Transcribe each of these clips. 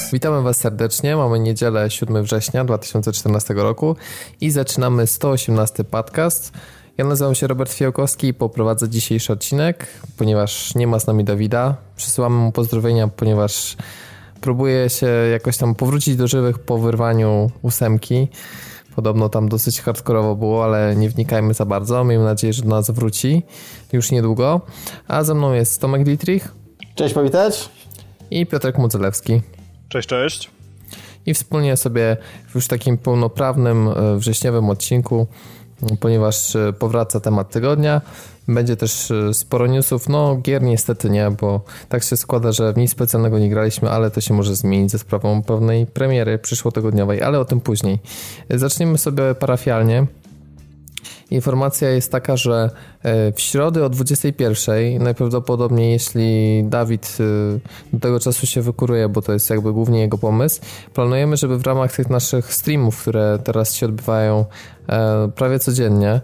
Witamy Was serdecznie. Mamy niedzielę 7 września 2014 roku i zaczynamy 118 podcast. Ja nazywam się Robert Fiałkowski i poprowadzę dzisiejszy odcinek, ponieważ nie ma z nami Dawida. Przysyłamy mu pozdrowienia, ponieważ próbuje się jakoś tam powrócić do żywych po wyrwaniu 8. Podobno tam dosyć hardkorowo było, ale nie wnikajmy za bardzo. Miejmy nadzieję, że do nas wróci już niedługo. A ze mną jest Tomek Dietrich. Cześć, powitać. I Piotrek Modzelewski. Cześć, cześć. I wspólnie sobie w już takim pełnoprawnym wrześniowym odcinku, ponieważ powraca temat tygodnia, będzie też sporo newsów, no gier niestety nie, bo tak się składa, że nic specjalnego nie graliśmy, ale to się może zmienić ze sprawą pewnej premiery przyszłotygodniowej, ale o tym później. Zaczniemy sobie parafialnie. Informacja jest taka, że w środę o 21:00, najprawdopodobniej jeśli Dawid do tego czasu się wykuruje, bo to jest jakby głównie jego pomysł, planujemy, żeby w ramach tych naszych streamów, które teraz się odbywają prawie codziennie,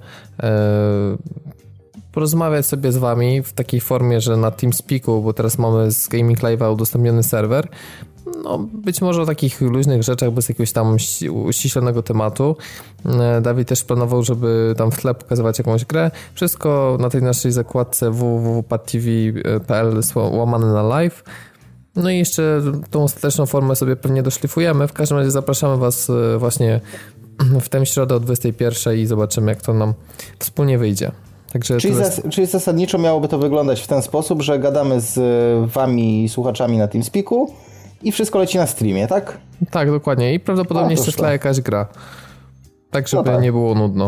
porozmawiać sobie z wami w takiej formie, że na TeamSpeaku, bo teraz mamy z Gaming Live'a udostępniony serwer, no być może o takich luźnych rzeczach bez jakiegoś tam uściślonego tematu. Dawid też planował, żeby tam w tle pokazywać jakąś grę. Wszystko na tej naszej zakładce www.padtv.pl łamane na live. No i jeszcze tą ostateczną formę sobie pewnie doszlifujemy. W każdym razie zapraszamy was właśnie w tę środę o 21:00 i zobaczymy, jak to nam wspólnie wyjdzie. Także czyli zasadniczo miałoby to wyglądać w ten sposób, że gadamy z wami, słuchaczami na TeamSpeaku i wszystko leci na streamie, tak? Tak, dokładnie. I prawdopodobnie jeszcze w tle jakaś gra. Tak, żeby nie było nudno.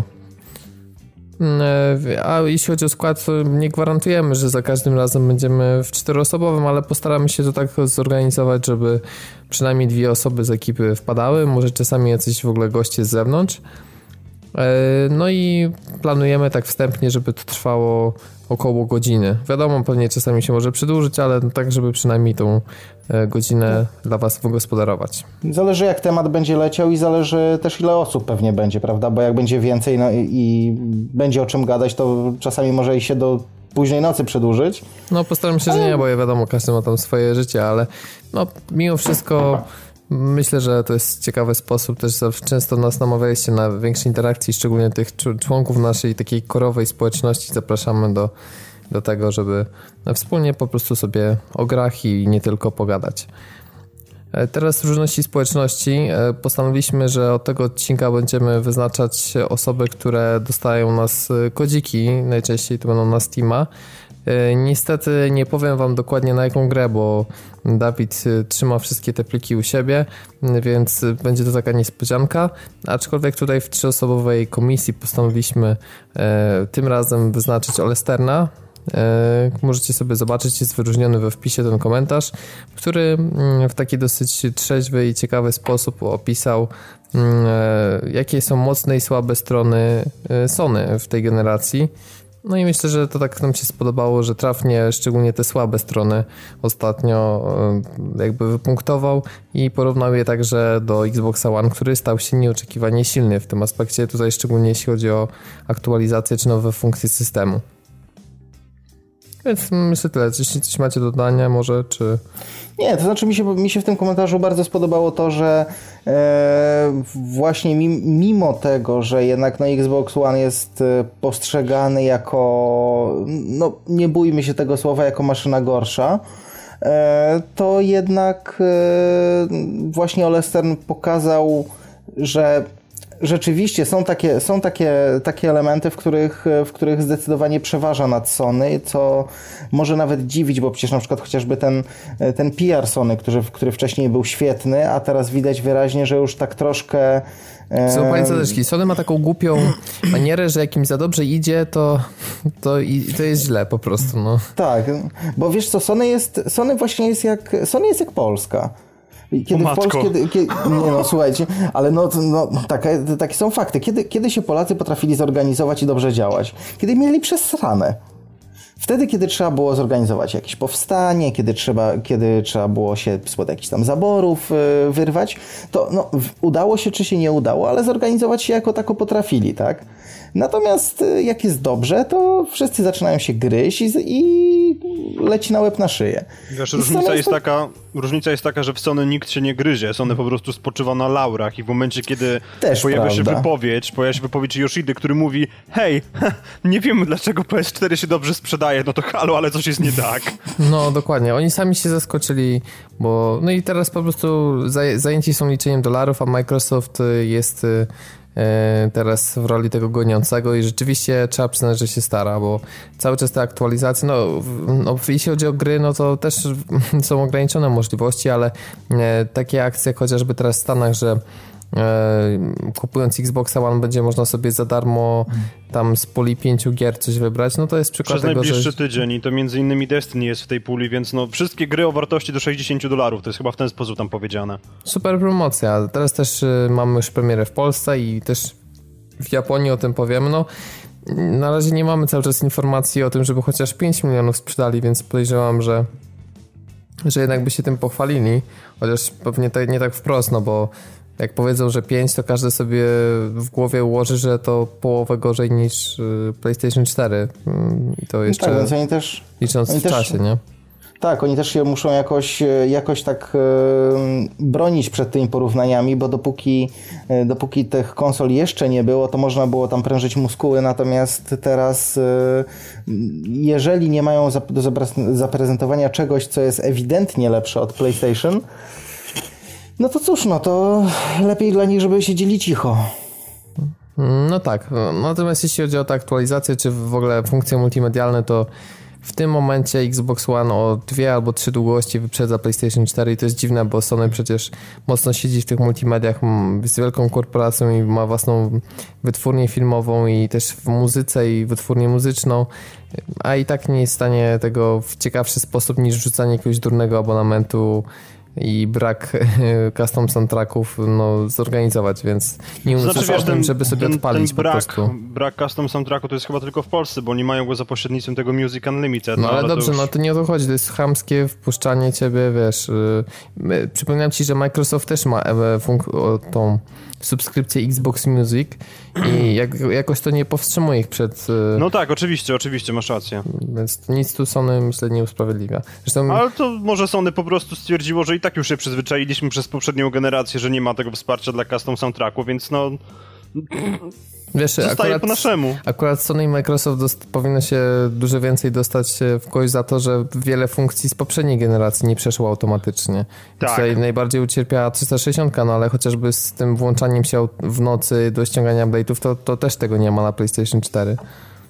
A jeśli chodzi o skład, to nie gwarantujemy, że za każdym razem będziemy w 4-osobowym, ale postaramy się to tak zorganizować, żeby przynajmniej 2 osoby z ekipy wpadały, może czasami jacyś w ogóle goście z zewnątrz. No i planujemy tak wstępnie, żeby to trwało około godziny. Wiadomo, pewnie czasami się może przedłużyć, ale tak, żeby przynajmniej tą godzinę dla was wygospodarować. Zależy jak temat będzie leciał i zależy też ile osób pewnie będzie, prawda? Bo jak będzie więcej i będzie o czym gadać, to czasami może i się do późnej nocy przedłużyć. No postaram się, że nie, bo wiadomo, każdy ma tam swoje życie, ale no mimo wszystko myślę, że to jest ciekawy sposób. Też często nas namawialiście na większe interakcje, szczególnie tych członków naszej takiej korowej społeczności. Zapraszamy do tego, żeby wspólnie po prostu sobie o grach i nie tylko pogadać. Teraz w różności społeczności postanowiliśmy, że od tego odcinka będziemy wyznaczać osoby, które dostają nas kodziki. Najczęściej to będą na Steama. Niestety nie powiem wam dokładnie na jaką grę, bo Dawid trzyma wszystkie te pliki u siebie, więc będzie to taka niespodzianka, aczkolwiek tutaj w 3-osobowej komisji postanowiliśmy tym razem wyznaczyć Olesterna. Możecie sobie zobaczyć, jest wyróżniony we wpisie ten komentarz, który w taki dosyć trzeźwy i ciekawy sposób opisał, jakie są mocne i słabe strony Sony w tej generacji. No i myślę, że to tak nam się spodobało, że trafnie szczególnie te słabe strony ostatnio jakby wypunktował i porównał je także do Xboxa One, który stał się nieoczekiwanie silny w tym aspekcie, tutaj szczególnie jeśli chodzi o aktualizację czy nowe funkcje systemu. Więc myślę tyle. Jeśli coś macie do dodania może, czy... Nie, to znaczy mi się w tym komentarzu bardzo spodobało to, że właśnie mimo tego, że jednak Xbox One jest postrzegany jako, no nie bójmy się tego słowa, jako maszyna gorsza, to jednak właśnie Ole Stern pokazał, że rzeczywiście są takie elementy, w których zdecydowanie przeważa nad Sony, co może nawet dziwić, bo przecież na przykład chociażby ten PR Sony, który wcześniej był świetny, a teraz widać wyraźnie, że już tak troszkę... Są panie Zadeczki, Sony ma taką głupią manierę, że jak im za dobrze idzie, to jest źle po prostu. No. Tak, bo wiesz co, Sony właśnie jest jak Polska. Kiedy w Polsce, nie no, słuchajcie, ale takie są fakty. Kiedy się Polacy potrafili zorganizować i dobrze działać? Kiedy mieli przesrane. Wtedy, kiedy trzeba było zorganizować jakieś powstanie, kiedy trzeba było się spod jakichś tam zaborów wyrwać, to no, udało się czy się nie udało, ale zorganizować się jako tako potrafili, tak? Natomiast jak jest dobrze, to wszyscy zaczynają się gryźć i leci na łeb na szyję. Wiesz, różnica jest taka, że w Sony nikt się nie gryzie, Sony po prostu spoczywa na laurach i w momencie, kiedy pojawia się wypowiedź Yoshidy, który mówi: hej, nie wiemy dlaczego PS4 się dobrze sprzedaje, no to halo, ale coś jest nie tak. No dokładnie, oni sami się zaskoczyli, bo no i teraz po prostu zajęci są liczeniem dolarów, a Microsoft jest teraz w roli tego goniącego i rzeczywiście trzeba przyznać, że się stara, bo cały czas te aktualizacje, jeśli chodzi o gry, no to też są ograniczone możliwości, ale takie akcje jak chociażby teraz w Stanach, że kupując Xboxa One będzie można sobie za darmo tam z puli 5 gier coś wybrać, no to jest przykład przez tego, najbliższy tydzień i to między innymi Destiny jest w tej puli, więc no wszystkie gry o wartości do $60, to jest chyba w ten sposób tam powiedziane. Super promocja. Teraz też mamy już premierę w Polsce i też w Japonii o tym powiemy. No, na razie nie mamy cały czas informacji o tym, żeby chociaż 5 milionów sprzedali, więc podejrzewam, że jednak by się tym pochwalili, chociaż pewnie nie tak wprost, no bo jak powiedzą, że 5, to każdy sobie w głowie ułoży, że to połowę gorzej niż PlayStation 4. I to jeszcze tak, więc oni też, licząc w czasie, nie? Tak, oni też się muszą jakoś tak bronić przed tymi porównaniami, bo dopóki tych konsol jeszcze nie było, to można było tam prężyć muskuły, natomiast teraz jeżeli nie mają do zaprezentowania czegoś, co jest ewidentnie lepsze od PlayStation, no to cóż, no to lepiej dla nich, żeby siedzieli cicho. No tak, natomiast jeśli chodzi o tę aktualizację, czy w ogóle funkcje multimedialne, to w tym momencie Xbox One o 2 albo 3 długości wyprzedza PlayStation 4 i to jest dziwne, bo Sony przecież mocno siedzi w tych multimediach, jest wielką korporacją i ma własną wytwórnię filmową i też w muzyce i wytwórnię muzyczną, a i tak nie jest w stanie tego w ciekawszy sposób niż rzucanie jakiegoś durnego abonamentu i brak custom soundtracków zorganizować, więc nie mówiąc o tym, żeby sobie odpalić po prostu. Brak custom soundtracku to jest chyba tylko w Polsce, bo oni mają go za pośrednictwą tego Music Unlimited. No ale dobrze, to nie o to chodzi, to jest chamskie wpuszczanie ciebie, wiesz. Przypominam ci, że Microsoft też ma tą subskrypcję Xbox Music i jakoś to nie powstrzymuje ich przed... No tak, oczywiście, masz rację. Więc nic tu Sony, myślę, nie usprawiedliwia. Zresztą... Ale to może Sony po prostu stwierdziło, że i tak już się przyzwyczailiśmy przez poprzednią generację, że nie ma tego wsparcia dla custom soundtracku, więc wiesz, zostaje po naszemu. Akurat Sony i Microsoft powinno się dużo więcej dostać w kość za to, że wiele funkcji z poprzedniej generacji nie przeszło automatycznie. Tak. Tutaj najbardziej ucierpiała 360, no ale chociażby z tym włączaniem się w nocy do ściągania update'ów, to też tego nie ma na PlayStation 4.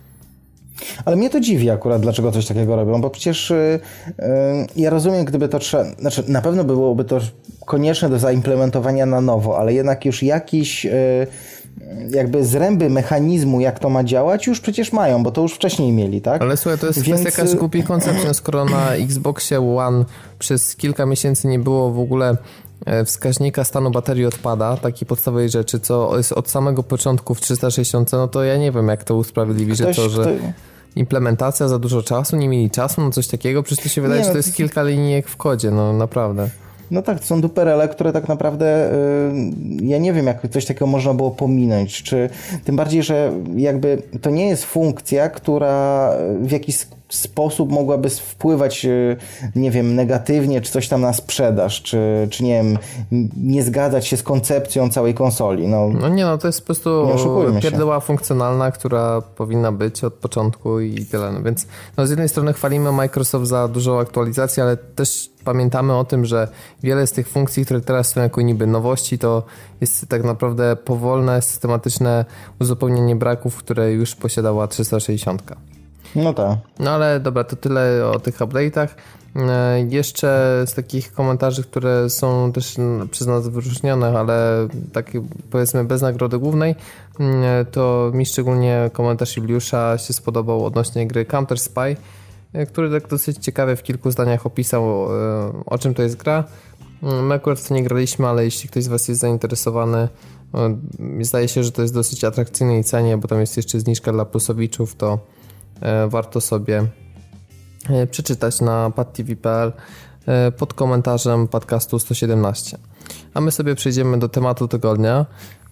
Ale mnie to dziwi akurat, dlaczego coś takiego robią, bo przecież ja rozumiem, gdyby to trzeba, znaczy na pewno byłoby to konieczne do zaimplementowania na nowo, ale jednak już jakiś jakby zręby mechanizmu, jak to ma działać, już przecież mają, bo to już wcześniej mieli, tak? Ale słuchaj, to jest kwestia jakaś głupiej koncepcji, skoro na Xboxie One przez kilka miesięcy nie było w ogóle wskaźnika stanu baterii odpada, takiej podstawowej rzeczy, co jest od samego początku w 360, no to ja nie wiem, jak to usprawiedliwi, że implementacja za dużo czasu, nie mieli czasu, no coś takiego, przecież to się wydaje, że to jest kilka linijek w kodzie, no naprawdę. No tak, to są duperele, które tak naprawdę ja nie wiem, jak coś takiego można było pominąć, czy tym bardziej, że jakby to nie jest funkcja, która w jakiś sposób mogłaby wpływać, nie wiem, negatywnie, czy coś tam na sprzedaż, czy nie wiem, nie zgadzać się z koncepcją całej konsoli. No to jest po prostu pierdoła funkcjonalna, która powinna być od początku i tyle. No więc z jednej strony chwalimy Microsoft za dużą aktualizację, ale też pamiętamy o tym, że wiele z tych funkcji, które teraz są jako niby nowości, to jest tak naprawdę powolne, systematyczne uzupełnienie braków, które już posiadała 360. No tak. No ale dobra, to tyle o tych update'ach. Jeszcze z takich komentarzy, które są też przez nas wyróżnione, ale takie powiedzmy bez nagrody głównej, to mi szczególnie komentarz Juliusza się spodobał odnośnie gry Counter Spy, który tak dosyć ciekawie w kilku zdaniach opisał, o czym to jest gra. My akurat w to nie graliśmy, ale jeśli ktoś z was jest zainteresowany, zdaje się, że to jest dosyć atrakcyjnej cenie, bo tam jest jeszcze zniżka dla plusowiczów, to warto sobie przeczytać na padtv.pl pod komentarzem podcastu 117. A my sobie przejdziemy do tematu tygodnia.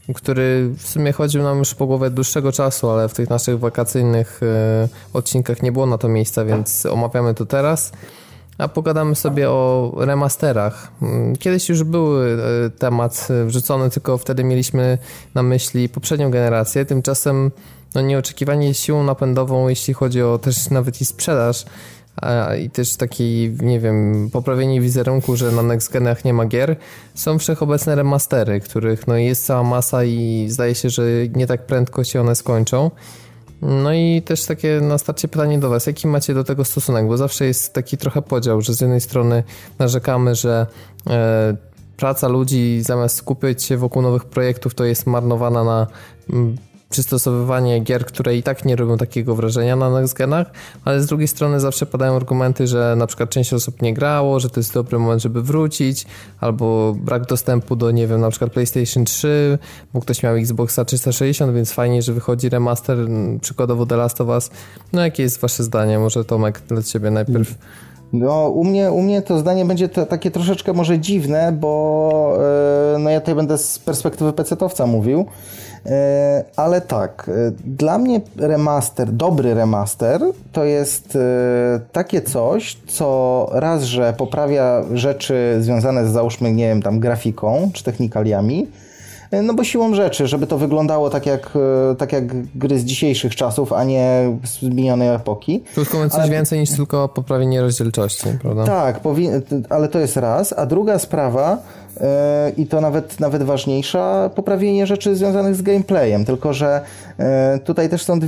który w sumie chodził nam już po głowie dłuższego czasu, ale w tych naszych wakacyjnych odcinkach nie było na to miejsca, więc omawiamy to teraz. A pogadamy sobie o remasterach. Kiedyś już był temat wrzucony, tylko wtedy mieliśmy na myśli poprzednią generację. Tymczasem nieoczekiwanie siłą napędową, jeśli chodzi o też nawet i sprzedaż, i też takiej, nie wiem, poprawienie wizerunku, że na next genach nie ma gier, są wszechobecne remastery, których jest cała masa i zdaje się, że nie tak prędko się one skończą. No i też takie na starcie pytanie do was, jaki macie do tego stosunek, bo zawsze jest taki trochę podział, że z jednej strony narzekamy, że praca ludzi zamiast skupiać się wokół nowych projektów, to jest marnowana na przystosowywanie gier, które i tak nie robią takiego wrażenia na next genach, ale z drugiej strony zawsze padają argumenty, że na przykład część osób nie grało, że to jest dobry moment, żeby wrócić, albo brak dostępu do, nie wiem, na przykład PlayStation 3, bo ktoś miał Xboxa 360, więc fajnie, że wychodzi remaster, przykładowo The Last of Us. No jakie jest wasze zdanie? Może Tomek dla ciebie najpierw. No, u mnie to zdanie będzie takie troszeczkę może dziwne, bo ja tutaj będę z perspektywy pecetowca mówił, ale tak, dla mnie dobry remaster to jest takie coś, co raz, że poprawia rzeczy związane z, załóżmy, nie wiem, tam grafiką czy technikaliami, no bo siłą rzeczy, żeby to wyglądało tak jak gry z dzisiejszych czasów, a nie z minionej epoki. Krótko mówiąc, coś więcej niż tylko poprawienie rozdzielczości, prawda? Tak, ale to jest raz. A druga sprawa, i to nawet ważniejsza, poprawienie rzeczy związanych z gameplayem, tylko że tutaj też są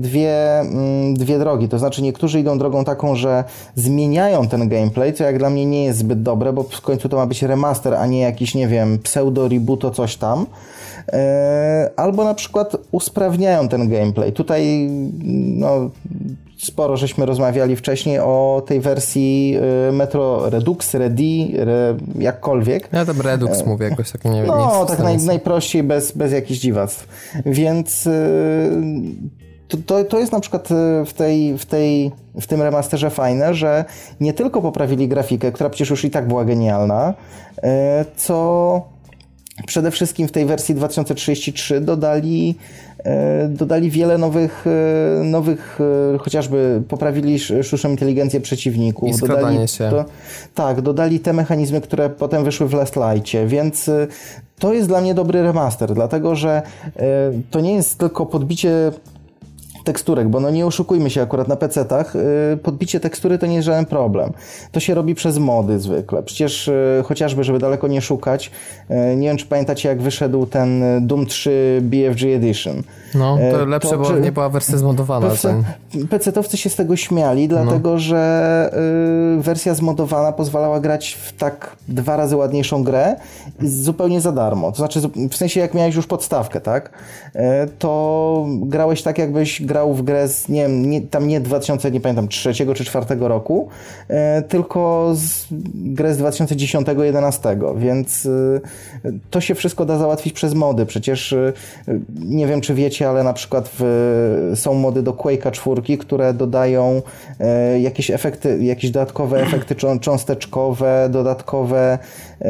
dwie drogi, to znaczy niektórzy idą drogą taką, że zmieniają ten gameplay, co jak dla mnie nie jest zbyt dobre, bo w końcu to ma być remaster, a nie jakiś, nie wiem, pseudo-reboot, coś tam. Albo na przykład usprawniają ten gameplay. Tutaj sporo żeśmy rozmawiali wcześniej o tej wersji Metro Redux, jakkolwiek. Ja tam Redux mówię jakoś tak, nie wiem. No, tak najprościej, bez jakichś dziwactw. Więc to jest na przykład w tym remasterze fajne, że nie tylko poprawili grafikę, która przecież już i tak była genialna, co przede wszystkim w tej wersji 2033 dodali wiele nowych, chociażby poprawili sztuczną inteligencję przeciwników. I skradanie się. Dodali te mechanizmy, które potem wyszły w Last Lightie, więc to jest dla mnie dobry remaster, dlatego że to nie jest tylko podbicie teksturek, bo nie oszukujmy się, akurat na PC-tach podbicie tekstury to nie jest żaden problem. To się robi przez mody zwykle. Przecież chociażby, żeby daleko nie szukać, nie wiem, czy pamiętacie, jak wyszedł ten Doom 3 BFG Edition. No, to lepsze, bo nie była wersja zmodowana. PC-towcy się z tego śmiali, dlatego że wersja zmodowana pozwalała grać w tak 2 razy ładniejszą grę zupełnie za darmo. To znaczy, w sensie, jak miałeś już podstawkę, tak? To grałeś tak, jakbyś grał w grę z, nie 2000, nie pamiętam, 3 czy 4 roku, tylko grę z 2010-11, więc to się wszystko da załatwić przez mody. Przecież nie wiem, czy wiecie, ale na przykład są mody do Quake'a 4, które dodają jakieś efekty, jakieś dodatkowe efekty cząsteczkowe, dodatkowe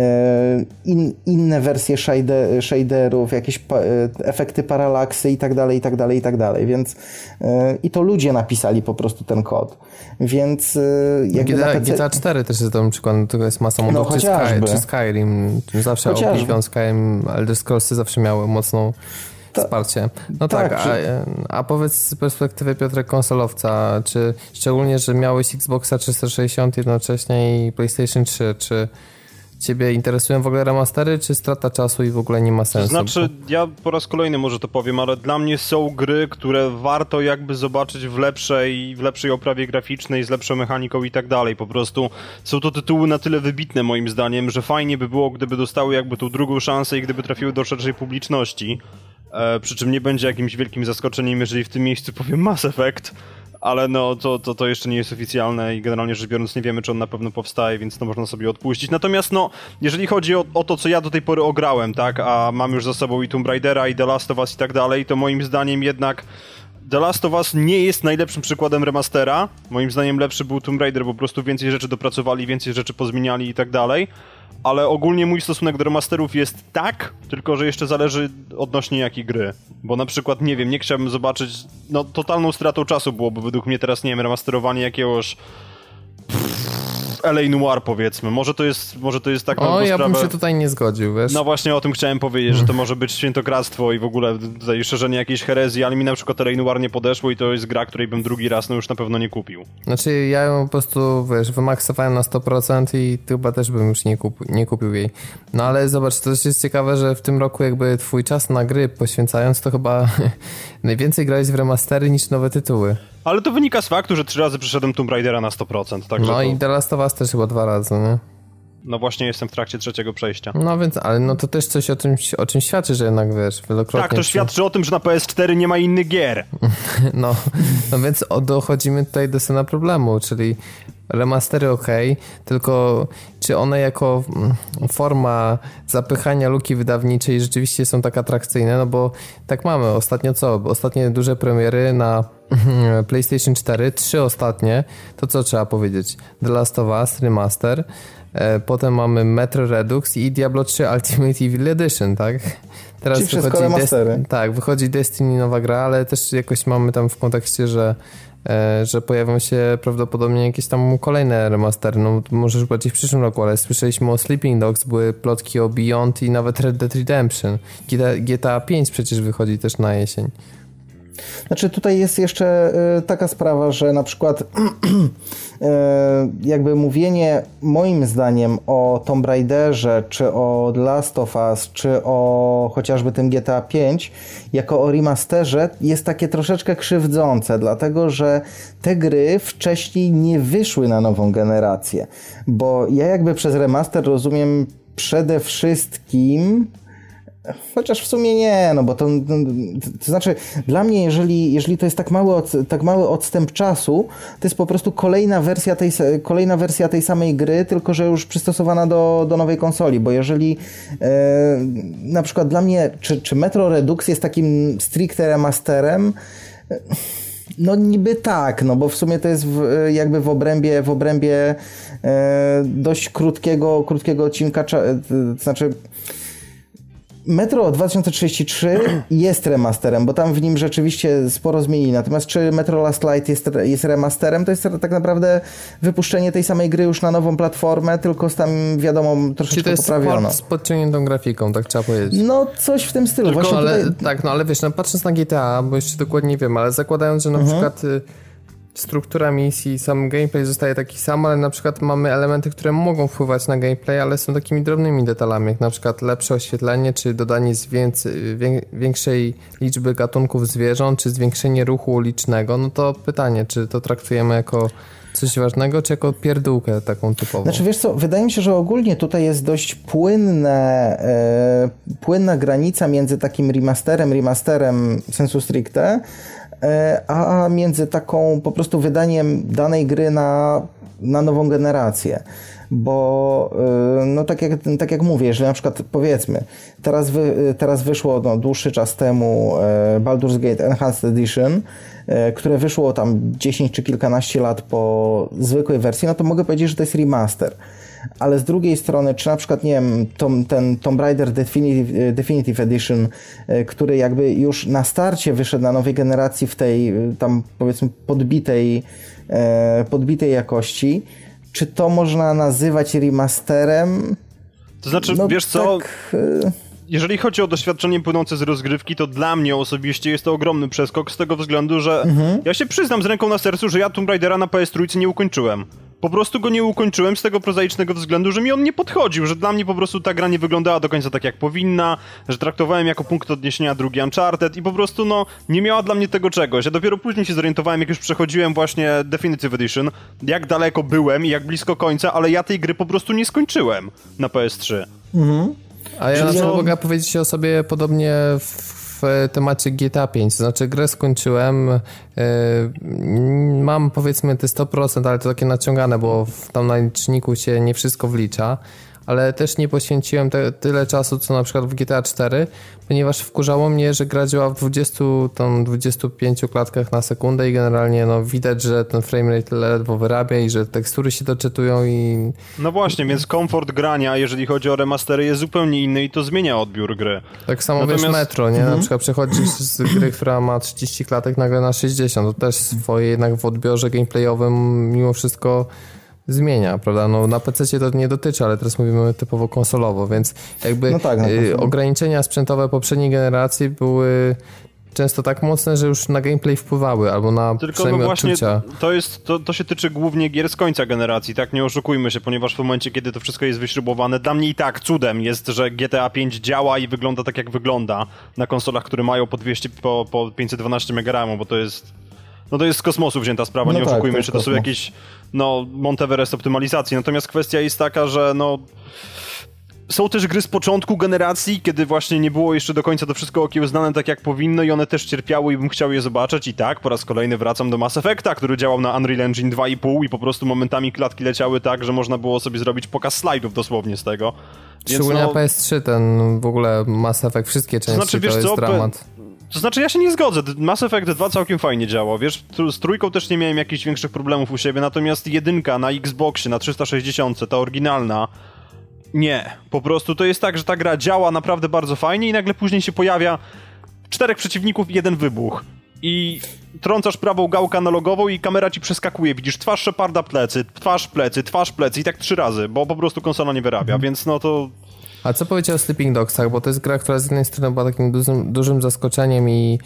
inne wersje shaderów, jakieś efekty paralaksy i tak dalej, więc i to ludzie napisali po prostu ten kod, więc GTA 4 też jest dobrym przykładem, tego jest masa modów, czy Skyrim, zawsze Oblivion, Skyrim, Elder Scrollsy zawsze miały mocną wsparcie. No tak, a powiedz z perspektywy, Piotrek, konsolowca, czy szczególnie, że miałeś Xboxa 360 jednocześnie i PlayStation 3, czy ciebie interesują w ogóle remastery, czy strata czasu i w ogóle nie ma sensu? To znaczy, ja po raz kolejny może to powiem, ale dla mnie są gry, które warto jakby zobaczyć w lepszej oprawie graficznej, z lepszą mechaniką i tak dalej. Po prostu są to tytuły na tyle wybitne moim zdaniem, że fajnie by było, gdyby dostały jakby tą drugą szansę i gdyby trafiły do szerszej publiczności. Przy czym nie będzie jakimś wielkim zaskoczeniem, jeżeli w tym miejscu powiem Mass Effect, ale to jeszcze nie jest oficjalne i generalnie rzecz biorąc nie wiemy, czy on na pewno powstaje, więc można sobie odpuścić. Natomiast jeżeli chodzi o to, co ja do tej pory ograłem, tak, a mam już za sobą i Tomb Raidera, i The Last of Us i tak dalej, to moim zdaniem jednak The Last of Us nie jest najlepszym przykładem remastera. Moim zdaniem lepszy był Tomb Raider, bo po prostu więcej rzeczy dopracowali, więcej rzeczy pozmieniali i tak dalej. ale ogólnie mój stosunek do remasterów jest tak, tylko że jeszcze zależy odnośnie jakiej gry. Bo na przykład, nie wiem, nie chciałbym zobaczyć, no totalną stratą czasu byłoby według mnie teraz, nie wiem, remasterowanie jakiegoś LA Noire, powiedzmy. Może to jest tak... O, ja bym się tutaj nie zgodził, wiesz? No właśnie o tym chciałem powiedzieć, że to może być świętokradztwo i w ogóle tutaj szerzenie jakiejś herezji, ale mi na przykład LA Noire nie podeszło i to jest gra, której bym drugi raz już na pewno nie kupił. Znaczy ja ją po prostu, wiesz, wymaksowałem na 100% i chyba też bym już nie kupił jej. No ale zobacz, to jest ciekawe, że w tym roku jakby twój czas na gry poświęcając, to chyba najwięcej grałeś w remastery niż nowe tytuły. Ale to wynika z faktu, że 3 razy przeszedłem Tomb Raidera na 100%. Także no i The Last of Us też chyba 2 razy, nie? No właśnie jestem w trakcie 3. przejścia. No więc, ale no to też coś o czym świadczy, że jednak wiesz, wielokrotnie... Tak, to świadczy o tym, że na PS4 nie ma innych gier. No więc dochodzimy tutaj do sedna problemu, czyli remastery okej, tylko czy one jako forma zapychania luki wydawniczej rzeczywiście są tak atrakcyjne, no bo tak mamy ostatnio ostatnie duże premiery na PlayStation 4, 3 ostatnie, to co trzeba powiedzieć? The Last of Us Remaster, potem mamy Metro Redux i Diablo 3 Ultimate Evil Edition, tak? Teraz czyli wszystko remastery. Tak, wychodzi Destiny nowa gra, ale też jakoś mamy tam w kontekście, że pojawią się prawdopodobnie jakieś tam kolejne remastery, no może już bardziej w przyszłym roku, ale słyszeliśmy o Sleeping Dogs, były plotki o Beyond i nawet Red Dead Redemption. GTA 5 przecież wychodzi też na jesień. Znaczy tutaj jest jeszcze taka sprawa, że na przykład jakby mówienie moim zdaniem o Tomb Raiderze, czy o The Last of Us, czy o chociażby tym GTA 5 jako o remasterze jest takie troszeczkę krzywdzące, dlatego że te gry wcześniej nie wyszły na nową generację, bo ja jakby przez remaster rozumiem przede wszystkim... Chociaż w sumie nie, no bo to znaczy dla mnie, jeżeli to jest tak mały odstęp czasu, to jest po prostu kolejna wersja tej samej gry, tylko że już przystosowana do nowej konsoli, bo jeżeli na przykład dla mnie, czy Metro Redux jest takim stricte remasterem, no niby tak, no bo w sumie to jest jakby w obrębie dość krótkiego odcinka, to znaczy Metro 2033 jest remasterem, bo tam w nim rzeczywiście sporo zmienili. Natomiast czy Metro Last Light jest remasterem, to jest tak naprawdę wypuszczenie tej samej gry już na nową platformę, tylko z tam wiadomo troszeczkę poprawiono. Czyli to jest z podciągniętą grafiką, tak trzeba powiedzieć. No coś w tym stylu. Tylko, właśnie ale, tutaj... tak, no ale wiesz, no, patrząc na GTA, bo jeszcze dokładnie nie wiem, ale zakładając, że na przykład struktura misji, sam gameplay zostaje taki sam, ale na przykład mamy elementy, które mogą wpływać na gameplay, ale są takimi drobnymi detalami, jak na przykład lepsze oświetlenie, czy dodanie większej liczby gatunków zwierząt, czy zwiększenie ruchu ulicznego, no to pytanie, czy to traktujemy jako coś ważnego, czy jako pierdółkę taką typową? Znaczy wiesz co, wydaje mi się, że ogólnie tutaj jest dość płynna granica między takim remasterem sensu stricte, a między taką po prostu wydaniem danej gry na nową generację. Bo no tak jak mówię, jeżeli na przykład powiedzmy, teraz wyszło dłuższy czas temu Baldur's Gate Enhanced Edition, które wyszło tam 10 czy kilkanaście lat po zwykłej wersji, no to mogę powiedzieć, że to jest remaster. Ale z drugiej strony, czy na przykład, nie wiem, ten Tomb Raider Definitive Edition, który jakby już na starcie wyszedł na nowej generacji w tej tam powiedzmy podbitej jakości, czy to można nazywać remasterem? To znaczy, no, wiesz co... Tak... Jeżeli chodzi o doświadczenie płynące z rozgrywki, to dla mnie osobiście jest to ogromny przeskok z tego względu, że ja się przyznam z ręką na sercu, że ja Tomb Raidera na PS3 nie ukończyłem. Po prostu go nie ukończyłem z tego prozaicznego względu, że mi on nie podchodził, że dla mnie po prostu ta gra nie wyglądała do końca tak jak powinna, że traktowałem jako punkt odniesienia drugi Uncharted i po prostu no nie miała dla mnie tego czegoś. Ja dopiero później się zorientowałem, jak już przechodziłem właśnie Definitive Edition, jak daleko byłem i jak blisko końca, ale ja tej gry po prostu nie skończyłem na PS3. A ja na przykład mogę powiedzieć o sobie podobnie w temacie GTA 5, to znaczy grę skończyłem, mam powiedzmy te 100%, ale to takie naciągane, bo tam na liczniku się nie wszystko wlicza, ale też nie poświęciłem tyle czasu, co na przykład w GTA 4, ponieważ wkurzało mnie, że gra działa w 25 klatkach na sekundę i generalnie no, widać, że ten framerate ledwo wyrabia i że tekstury się doczytują i... No właśnie, więc komfort grania, jeżeli chodzi o remastery, jest zupełnie inny i to zmienia odbiór gry. Tak samo wiesz Metro, nie? Na przykład przechodzisz z gry, która ma 30 klatek nagle na 60, to też swoje jednak w odbiorze gameplayowym mimo wszystko zmienia, prawda? No na PC to nie dotyczy, ale teraz mówimy typowo konsolowo, więc jakby ograniczenia sprzętowe poprzedniej generacji były często tak mocne, że już na gameplay wpływały, albo na przynajmniej właśnie odczucia. To się tyczy głównie gier z końca generacji, tak? Nie oszukujmy się, ponieważ w momencie, kiedy to wszystko jest wyśrubowane, dla mnie i tak cudem jest, że GTA 5 działa i wygląda tak, jak wygląda na konsolach, które mają po 512 MB, bo to jest... No to jest z kosmosu wzięta sprawa, nie oszukujmy się, to są jakieś Monteverest optymalizacji. Natomiast kwestia jest taka, że są też gry z początku generacji, kiedy właśnie nie było jeszcze do końca to wszystko okiełznane tak jak powinno i one też cierpiały i bym chciał je zobaczyć i tak, po raz kolejny wracam do Mass Effecta, który działał na Unreal Engine 2.5 i po prostu momentami klatki leciały tak, że można było sobie zrobić pokaz slajdów dosłownie z tego. Szczególnie na PS3 ten w ogóle Mass Effect, wszystkie części to jest dramat. To znaczy, ja się nie zgodzę. Mass Effect 2 całkiem fajnie działa. Wiesz, z trójką też nie miałem jakichś większych problemów u siebie, natomiast jedynka na Xboxie, na 360, ta oryginalna, nie. Po prostu to jest tak, że ta gra działa naprawdę bardzo fajnie i nagle później się pojawia 4 przeciwników i 1 wybuch. I trącasz prawą gałkę analogową i kamera ci przeskakuje. Widzisz twarz Sheparda, plecy, twarz plecy i tak 3 razy, bo po prostu konsola nie wyrabia, więc no to... A co powiedział o Sleeping Dogsach? Bo to jest gra, która z jednej strony była takim dużym zaskoczeniem i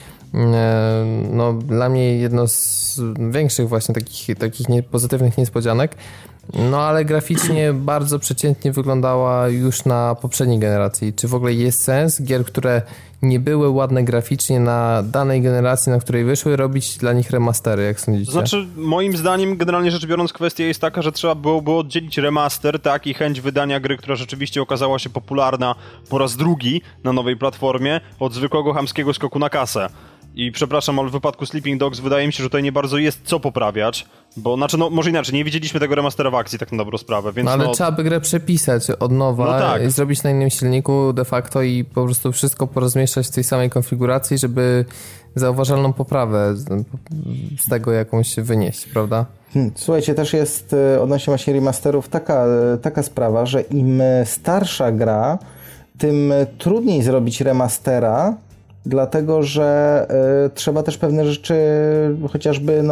no, dla mnie jedno z większych właśnie takich pozytywnych niespodzianek. No ale graficznie bardzo przeciętnie wyglądała już na poprzedniej generacji. Czy w ogóle jest sens gier, które nie były ładne graficznie na danej generacji, na której wyszły, robić dla nich remastery, jak sądzicie? To znaczy, moim zdaniem, generalnie rzecz biorąc, kwestia jest taka, że trzeba byłoby oddzielić remaster, tak, i chęć wydania gry, która rzeczywiście okazała się popularna po raz drugi na nowej platformie, od zwykłego chamskiego skoku na kasę. I przepraszam, ale w wypadku Sleeping Dogs wydaje mi się, że tutaj nie bardzo jest co poprawiać, bo znaczy, no może inaczej, nie widzieliśmy tego remastera w akcji, tak na dobrą sprawę, więc ale trzeba by grę przepisać od nowa i zrobić na innym silniku de facto i po prostu wszystko porozmieszczać w tej samej konfiguracji, żeby zauważalną poprawę z tego jakąś wynieść, prawda? Słuchajcie, też jest odnośnie właśnie remasterów taka sprawa, że im starsza gra, tym trudniej zrobić remastera, dlatego że trzeba też pewne rzeczy chociażby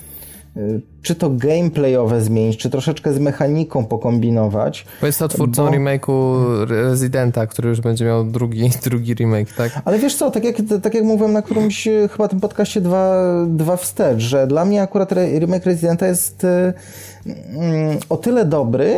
czy to gameplayowe zmienić, czy troszeczkę z mechaniką pokombinować. Powiedz to twórcą remake'u Residenta, który już będzie miał drugi remake, tak? Ale wiesz co, tak jak mówiłem na którymś chyba tym podcaście dwa wstecz, że dla mnie akurat remake Residenta jest o tyle dobry,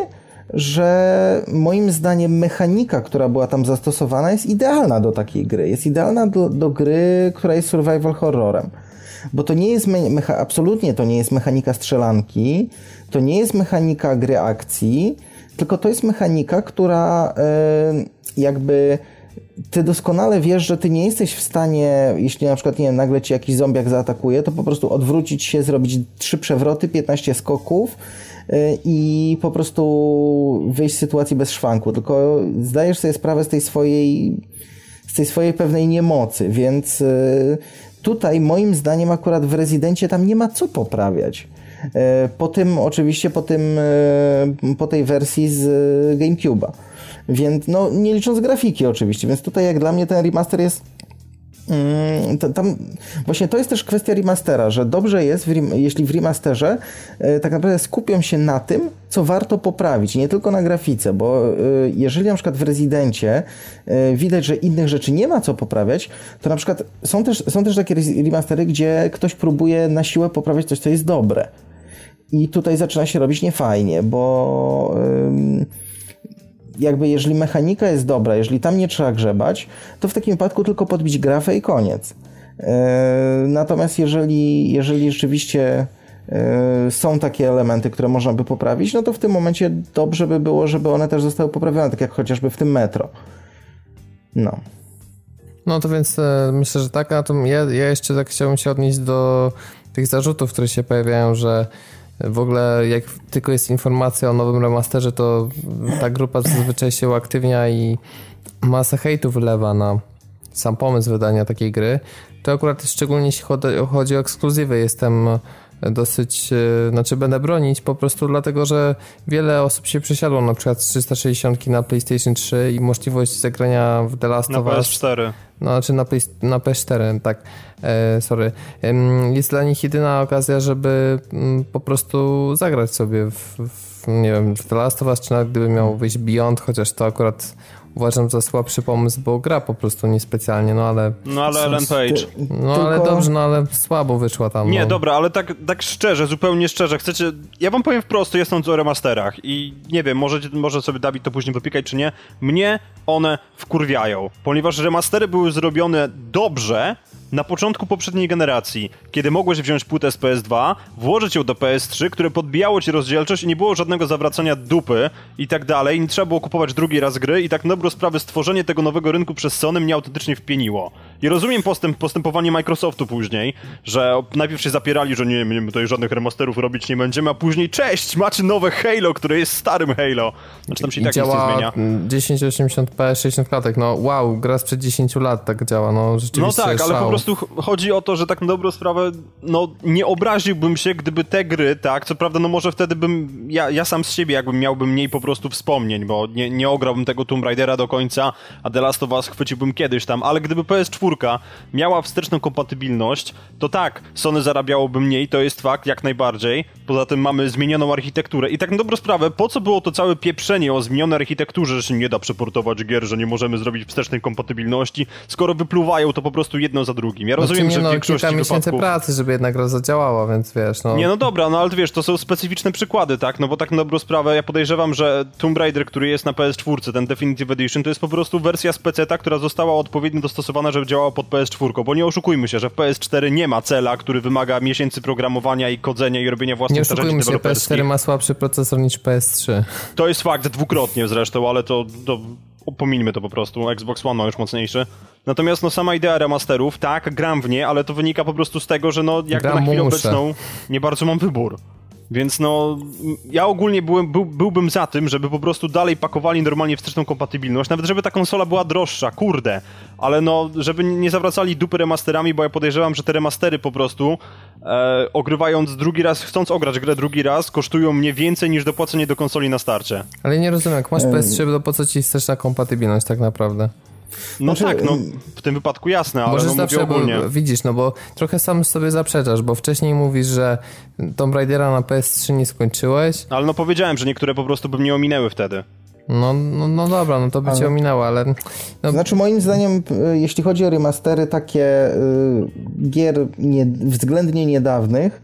że moim zdaniem mechanika, która była tam zastosowana, jest idealna do takiej gry. Jest idealna do gry, która jest survival horrorem. Bo to nie jest absolutnie to nie jest mechanika strzelanki, to nie jest mechanika gry akcji, tylko to jest mechanika, która jakby ty doskonale wiesz, że ty nie jesteś w stanie, jeśli na przykład, nie wiem, nagle ci jakiś zombiak zaatakuje, to po prostu odwrócić się, zrobić 3 przewroty, 15 skoków i po prostu wyjść z sytuacji bez szwanku, tylko zdajesz sobie sprawę z tej swojej pewnej niemocy, więc tutaj moim zdaniem akurat w Rezydencie tam nie ma co poprawiać. Po tej wersji z GameCube'a. Więc no, nie licząc grafiki oczywiście, więc tutaj jak dla mnie ten remaster jest tam właśnie to jest też kwestia remastera, że dobrze jest, jeśli w remasterze tak naprawdę skupią się na tym, co warto poprawić, nie tylko na grafice, bo jeżeli na przykład w Rezydencie widać, że innych rzeczy nie ma co poprawiać, to na przykład są też takie remastery, gdzie ktoś próbuje na siłę poprawiać coś, co jest dobre. I tutaj zaczyna się robić niefajnie, bo jakby jeżeli mechanika jest dobra, jeżeli tam nie trzeba grzebać, to w takim wypadku tylko podbić grafę i koniec. Natomiast jeżeli rzeczywiście są takie elementy, które można by poprawić, no to w tym momencie dobrze by było, żeby one też zostały poprawione, tak jak chociażby w tym Metro. No to więc myślę, że tak, a to ja jeszcze tak chciałbym się odnieść do tych zarzutów, które się pojawiają, że w ogóle jak tylko jest informacja o nowym remasterze, to ta grupa zazwyczaj się uaktywnia i masę hejtu wylewa na sam pomysł wydania takiej gry. To akurat szczególnie jeśli chodzi o ekskluzywy, jestem dosyć, będę bronić po prostu dlatego, że wiele osób się przesiadło na przykład z 360 na PlayStation 3 i możliwość zagrania w The Last of Us. Na PS4. Znaczy na PS4, tak, sorry. Jest dla nich jedyna okazja, żeby po prostu zagrać sobie nie wiem, w The Last of Us, czy nawet gdyby miał wyjść Beyond, chociaż to akurat uważam za słabszy pomysł, bo gra po prostu niespecjalnie, ale Ellen Page. Ale dobrze, ale słabo wyszła tam. Nie, dobra, ale tak szczerze, zupełnie szczerze, chcecie... Ja wam powiem wprost, jestem o remasterach i nie wiem, może sobie Dawid to później wypikać, czy nie. Mnie one wkurwiają, ponieważ remastery były zrobione dobrze na początku poprzedniej generacji, kiedy mogłeś wziąć płytę z PS2, włożyć ją do PS3, które podbijało ci rozdzielczość i nie było żadnego zawracania dupy i tak dalej, nie trzeba było kupować drugi raz gry i tak na dobrą sprawę stworzenie tego nowego rynku przez Sony mnie autentycznie wpieniło. I rozumiem postępowanie Microsoftu później, że najpierw się zapierali, że nie, my tutaj żadnych remasterów robić nie będziemy, a później cześć, macie nowe Halo, które jest starym Halo. Znaczy tam się i tak nic nie zmienia. 1080p, 60 klatek, no wow, gra sprzed 10 lat tak działa, no rzeczywiście. No tak, ale po prostu chodzi o to, że tak na dobrą sprawę, no nie obraziłbym się, gdyby te gry, tak, co prawda, no może wtedy bym, ja sam z siebie jakbym miałbym mniej po prostu wspomnień, bo nie ograłbym tego Tomb Raidera do końca, a The Last of Us chwyciłbym kiedyś tam, ale gdyby PS4 miała wsteczną kompatybilność, to tak, Sony zarabiałoby mniej, to jest fakt, jak najbardziej, poza tym mamy zmienioną architekturę i tak na dobrą sprawę, po co było to całe pieprzenie o zmienionej architekturze, że się nie da przeportować gier, że nie możemy zrobić wstecznej kompatybilności, skoro wypluwają to po prostu jedno za drugim. Ja rozumiem, że w większości kilka miesięcy pracy, żeby jednak gra zadziałała, więc wiesz, no... Nie, no dobra, no ale wiesz, to są specyficzne przykłady, tak? No bo tak na dobrą sprawę, ja podejrzewam, że Tomb Raider, który jest na PS4, ten Definitive Edition, to jest po prostu wersja z PC-ta, która została odpowiednio dostosowana, żeby działała pod PS4, bo nie oszukujmy się, że w PS4 nie ma cela, który wymaga miesięcy programowania i kodzenia i robienia własnych narzędzi deweloperskich. Nie oszukujmy się, PS4 ma słabszy procesor niż PS3. To jest fakt, dwukrotnie zresztą, ale to pomińmy to po prostu, Xbox One ma już mocniejszy. Natomiast no sama idea remasterów, tak, gram w nie, ale to wynika po prostu z tego, że no jakby na chwilę obecną nie bardzo mam wybór. Więc no, ja ogólnie byłbym za tym, żeby po prostu dalej pakowali normalnie wsteczną kompatybilność, nawet żeby ta konsola była droższa, kurde, ale no, żeby nie zawracali dupy remasterami, bo ja podejrzewam, że te remastery po prostu ogrywając drugi raz, chcąc ograć grę drugi raz, kosztują mnie więcej niż dopłacenie do konsoli na starcie. Ale nie rozumiem, jak masz PS3, to po co ci wsteczna kompatybilność tak naprawdę? No znaczy, tak, no w tym wypadku jasne, ale no mówię ogólnie. Widzisz, no bo trochę sam sobie zaprzeczasz, bo wcześniej mówisz, że Tomb Raidera na PS3 nie skończyłeś. Ale no powiedziałem, że niektóre po prostu by mnie ominęły wtedy. No dobra, no to by cię ominęło, ale... No... Znaczy moim zdaniem, jeśli chodzi o remastery takie gier względnie niedawnych,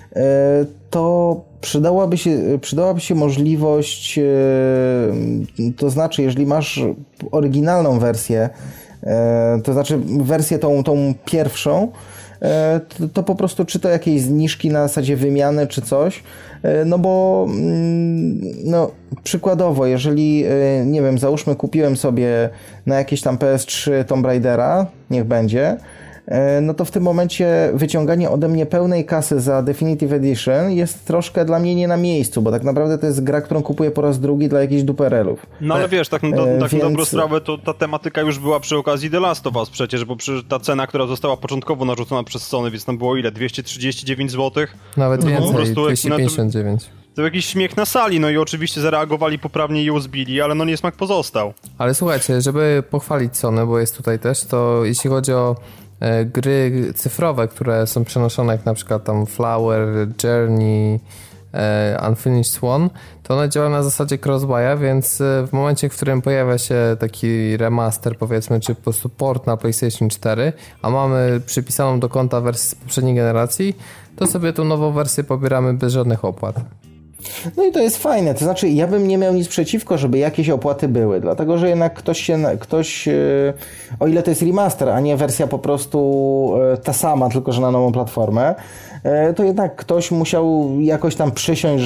to przydałaby się możliwość, to znaczy jeżeli masz oryginalną wersję, to znaczy wersję tą pierwszą, to po prostu czy to jakieś zniżki na zasadzie wymiany czy coś, no bo no przykładowo, jeżeli nie wiem, załóżmy kupiłem sobie na jakieś tam PS3 Tomb Raidera, niech będzie, no to w tym momencie wyciąganie ode mnie pełnej kasy za Definitive Edition jest troszkę dla mnie nie na miejscu, bo tak naprawdę to jest gra, którą kupuję po raz drugi dla jakichś duperelów. No ale wiesz, tak na dobrą sprawę to ta tematyka już była przy okazji The Last of Us przecież, bo ta cena, która została początkowo narzucona przez Sony, więc tam było ile? 239 zł? Nawet więcej, 259. To jakiś śmiech na sali, no i oczywiście zareagowali poprawnie i ją zbili, ale no niesmak pozostał. Ale słuchajcie, żeby pochwalić Sony, bo jest tutaj też, to jeśli chodzi o gry cyfrowe, które są przenoszone, jak na przykład tam Flower, Journey, Unfinished Swan, to one działają na zasadzie cross-buy'a, więc w momencie, w którym pojawia się taki remaster, powiedzmy, czy po prostu port na PlayStation 4, a mamy przypisaną do konta wersję z poprzedniej generacji, to sobie tą nową wersję pobieramy bez żadnych opłat. No i to jest fajne, to znaczy ja bym nie miał nic przeciwko, żeby jakieś opłaty były, dlatego że jednak ktoś o ile to jest remaster, a nie wersja po prostu ta sama, tylko że na nową platformę, to jednak ktoś musiał jakoś tam przysiąść,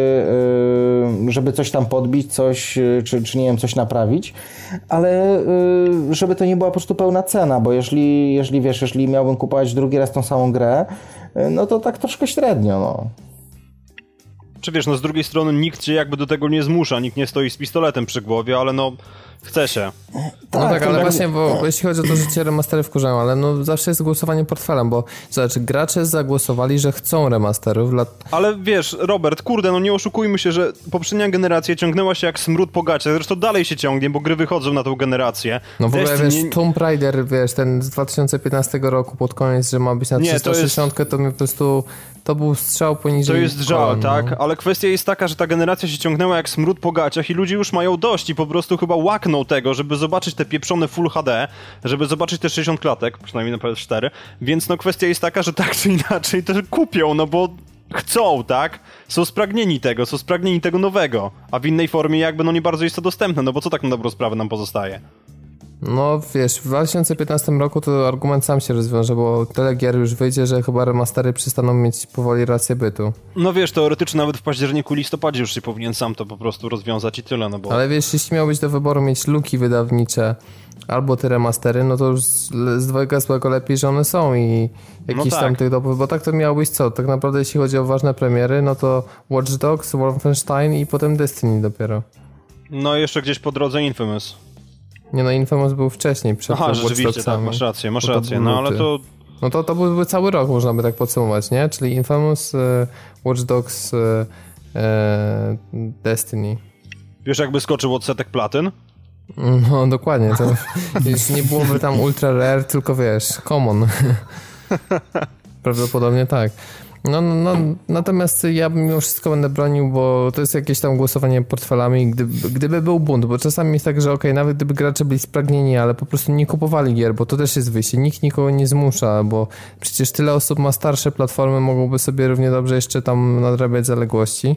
żeby coś tam podbić, coś, czy nie wiem, coś naprawić, ale żeby to nie była po prostu pełna cena, bo jeżeli miałbym kupować drugi raz tą samą grę, no to tak troszkę średnio, no. czy wiesz, no z drugiej strony nikt cię jakby do tego nie zmusza, nikt nie stoi z pistoletem przy głowie, ale no chce się. Tak, ale właśnie, bo jeśli chodzi o to, że cię remastery wkurzają, ale no zawsze jest głosowanie portfelem, bo zobacz, gracze zagłosowali, że chcą remasterów. Ale wiesz, Robert, kurde, no nie oszukujmy się, że poprzednia generacja ciągnęła się jak smród po gaciach, zresztą dalej się ciągnie, bo gry wychodzą na tą generację. No w ogóle, wiesz, Tomb Raider, wiesz, ten z 2015 roku pod koniec, że ma być na 360, to mi po prostu... To był strzał poniżej... To jest żal, tak? Ale kwestia jest taka, że ta generacja się ciągnęła jak smród po gaciach i ludzie już mają dość i po prostu chyba łakną tego, żeby zobaczyć te pieprzone Full HD, żeby zobaczyć te 60 klatek, przynajmniej na PS4, więc no kwestia jest taka, że tak czy inaczej to kupią, no bo chcą, tak? Są spragnieni tego nowego, a w innej formie jakby no nie bardzo jest to dostępne, no bo co tak na dobrą sprawę nam pozostaje? No wiesz, w 2015 roku to argument sam się rozwiąże, bo tyle gier już wyjdzie, że chyba remastery przestaną mieć powoli rację bytu. No wiesz, teoretycznie nawet w październiku, listopadzie już się powinien sam to po prostu rozwiązać i tyle, no bo... Ale wiesz, jeśli miał być do wyboru mieć luki wydawnicze albo te remastery, no to już z dwojga złego lepiej, że one są i jakiś tam tych dobrych, bo tak to miało być co? Tak naprawdę jeśli chodzi o ważne premiery, no to Watch Dogs, Wolfenstein i potem Destiny dopiero. No i jeszcze gdzieś po drodze Infamous. Nie no, Infamous był wcześniej, przed Watch rzeczywiście, tak, masz rację, no ale to... No to byłby cały rok, można by tak podsumować, nie? Czyli Infamous, Watch Dogs, Destiny. Wiesz, jakby skoczył odsetek platyn? No dokładnie, to już nie byłoby tam ultra rare, tylko wiesz, common. Prawdopodobnie tak. No, natomiast ja mimo wszystko będę bronił, bo to jest jakieś tam głosowanie portfelami, gdyby był bunt, bo czasami jest tak, że okej, nawet gdyby gracze byli spragnieni, ale po prostu nie kupowali gier, bo to też jest wyjście, nikt nikogo nie zmusza, bo przecież tyle osób ma starsze platformy, mogłoby sobie równie dobrze jeszcze tam nadrabiać zaległości.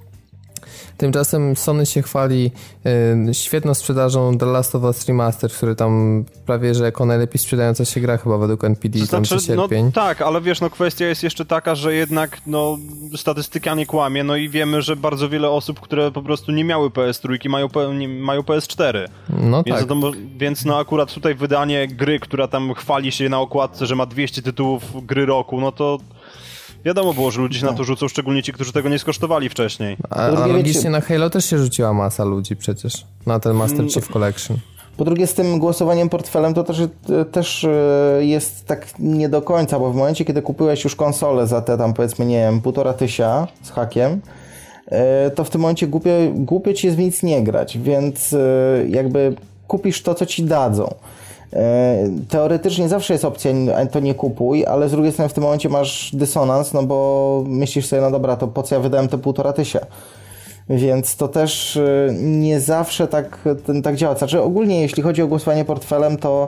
Tymczasem Sony się chwali świetną sprzedażą The Last of Us Remastered, który tam prawie że jako najlepiej sprzedająca się gra chyba według NPD, to znaczy, tam czy sierpień. No tak, ale wiesz, no kwestia jest jeszcze taka, że jednak no statystyka nie kłamie, no i wiemy, że bardzo wiele osób, które po prostu nie miały PS3 mają PS4. No więc tak. Więc no akurat tutaj wydanie gry, która tam chwali się na okładce, że ma 200 tytułów gry roku, no to wiadomo było, że ludzie się na to rzucą, szczególnie ci, którzy tego nie skosztowali wcześniej. A logicznie na Halo też się rzuciła masa ludzi przecież, na ten Master Chief Collection. Po drugie, z tym głosowaniem portfelem to też jest tak nie do końca, bo w momencie, kiedy kupujesz już konsolę za te tam powiedzmy, nie wiem, 1500 z hakiem, to w tym momencie głupio ci jest w nic nie grać, więc jakby kupisz to, co ci dadzą. Teoretycznie zawsze jest opcja, to nie kupuj, ale z drugiej strony w tym momencie masz dysonans, no bo myślisz sobie, no dobra, to po co ja wydałem te 1500? Więc to też nie zawsze tak działa. Znaczy ogólnie jeśli chodzi o głosowanie portfelem, to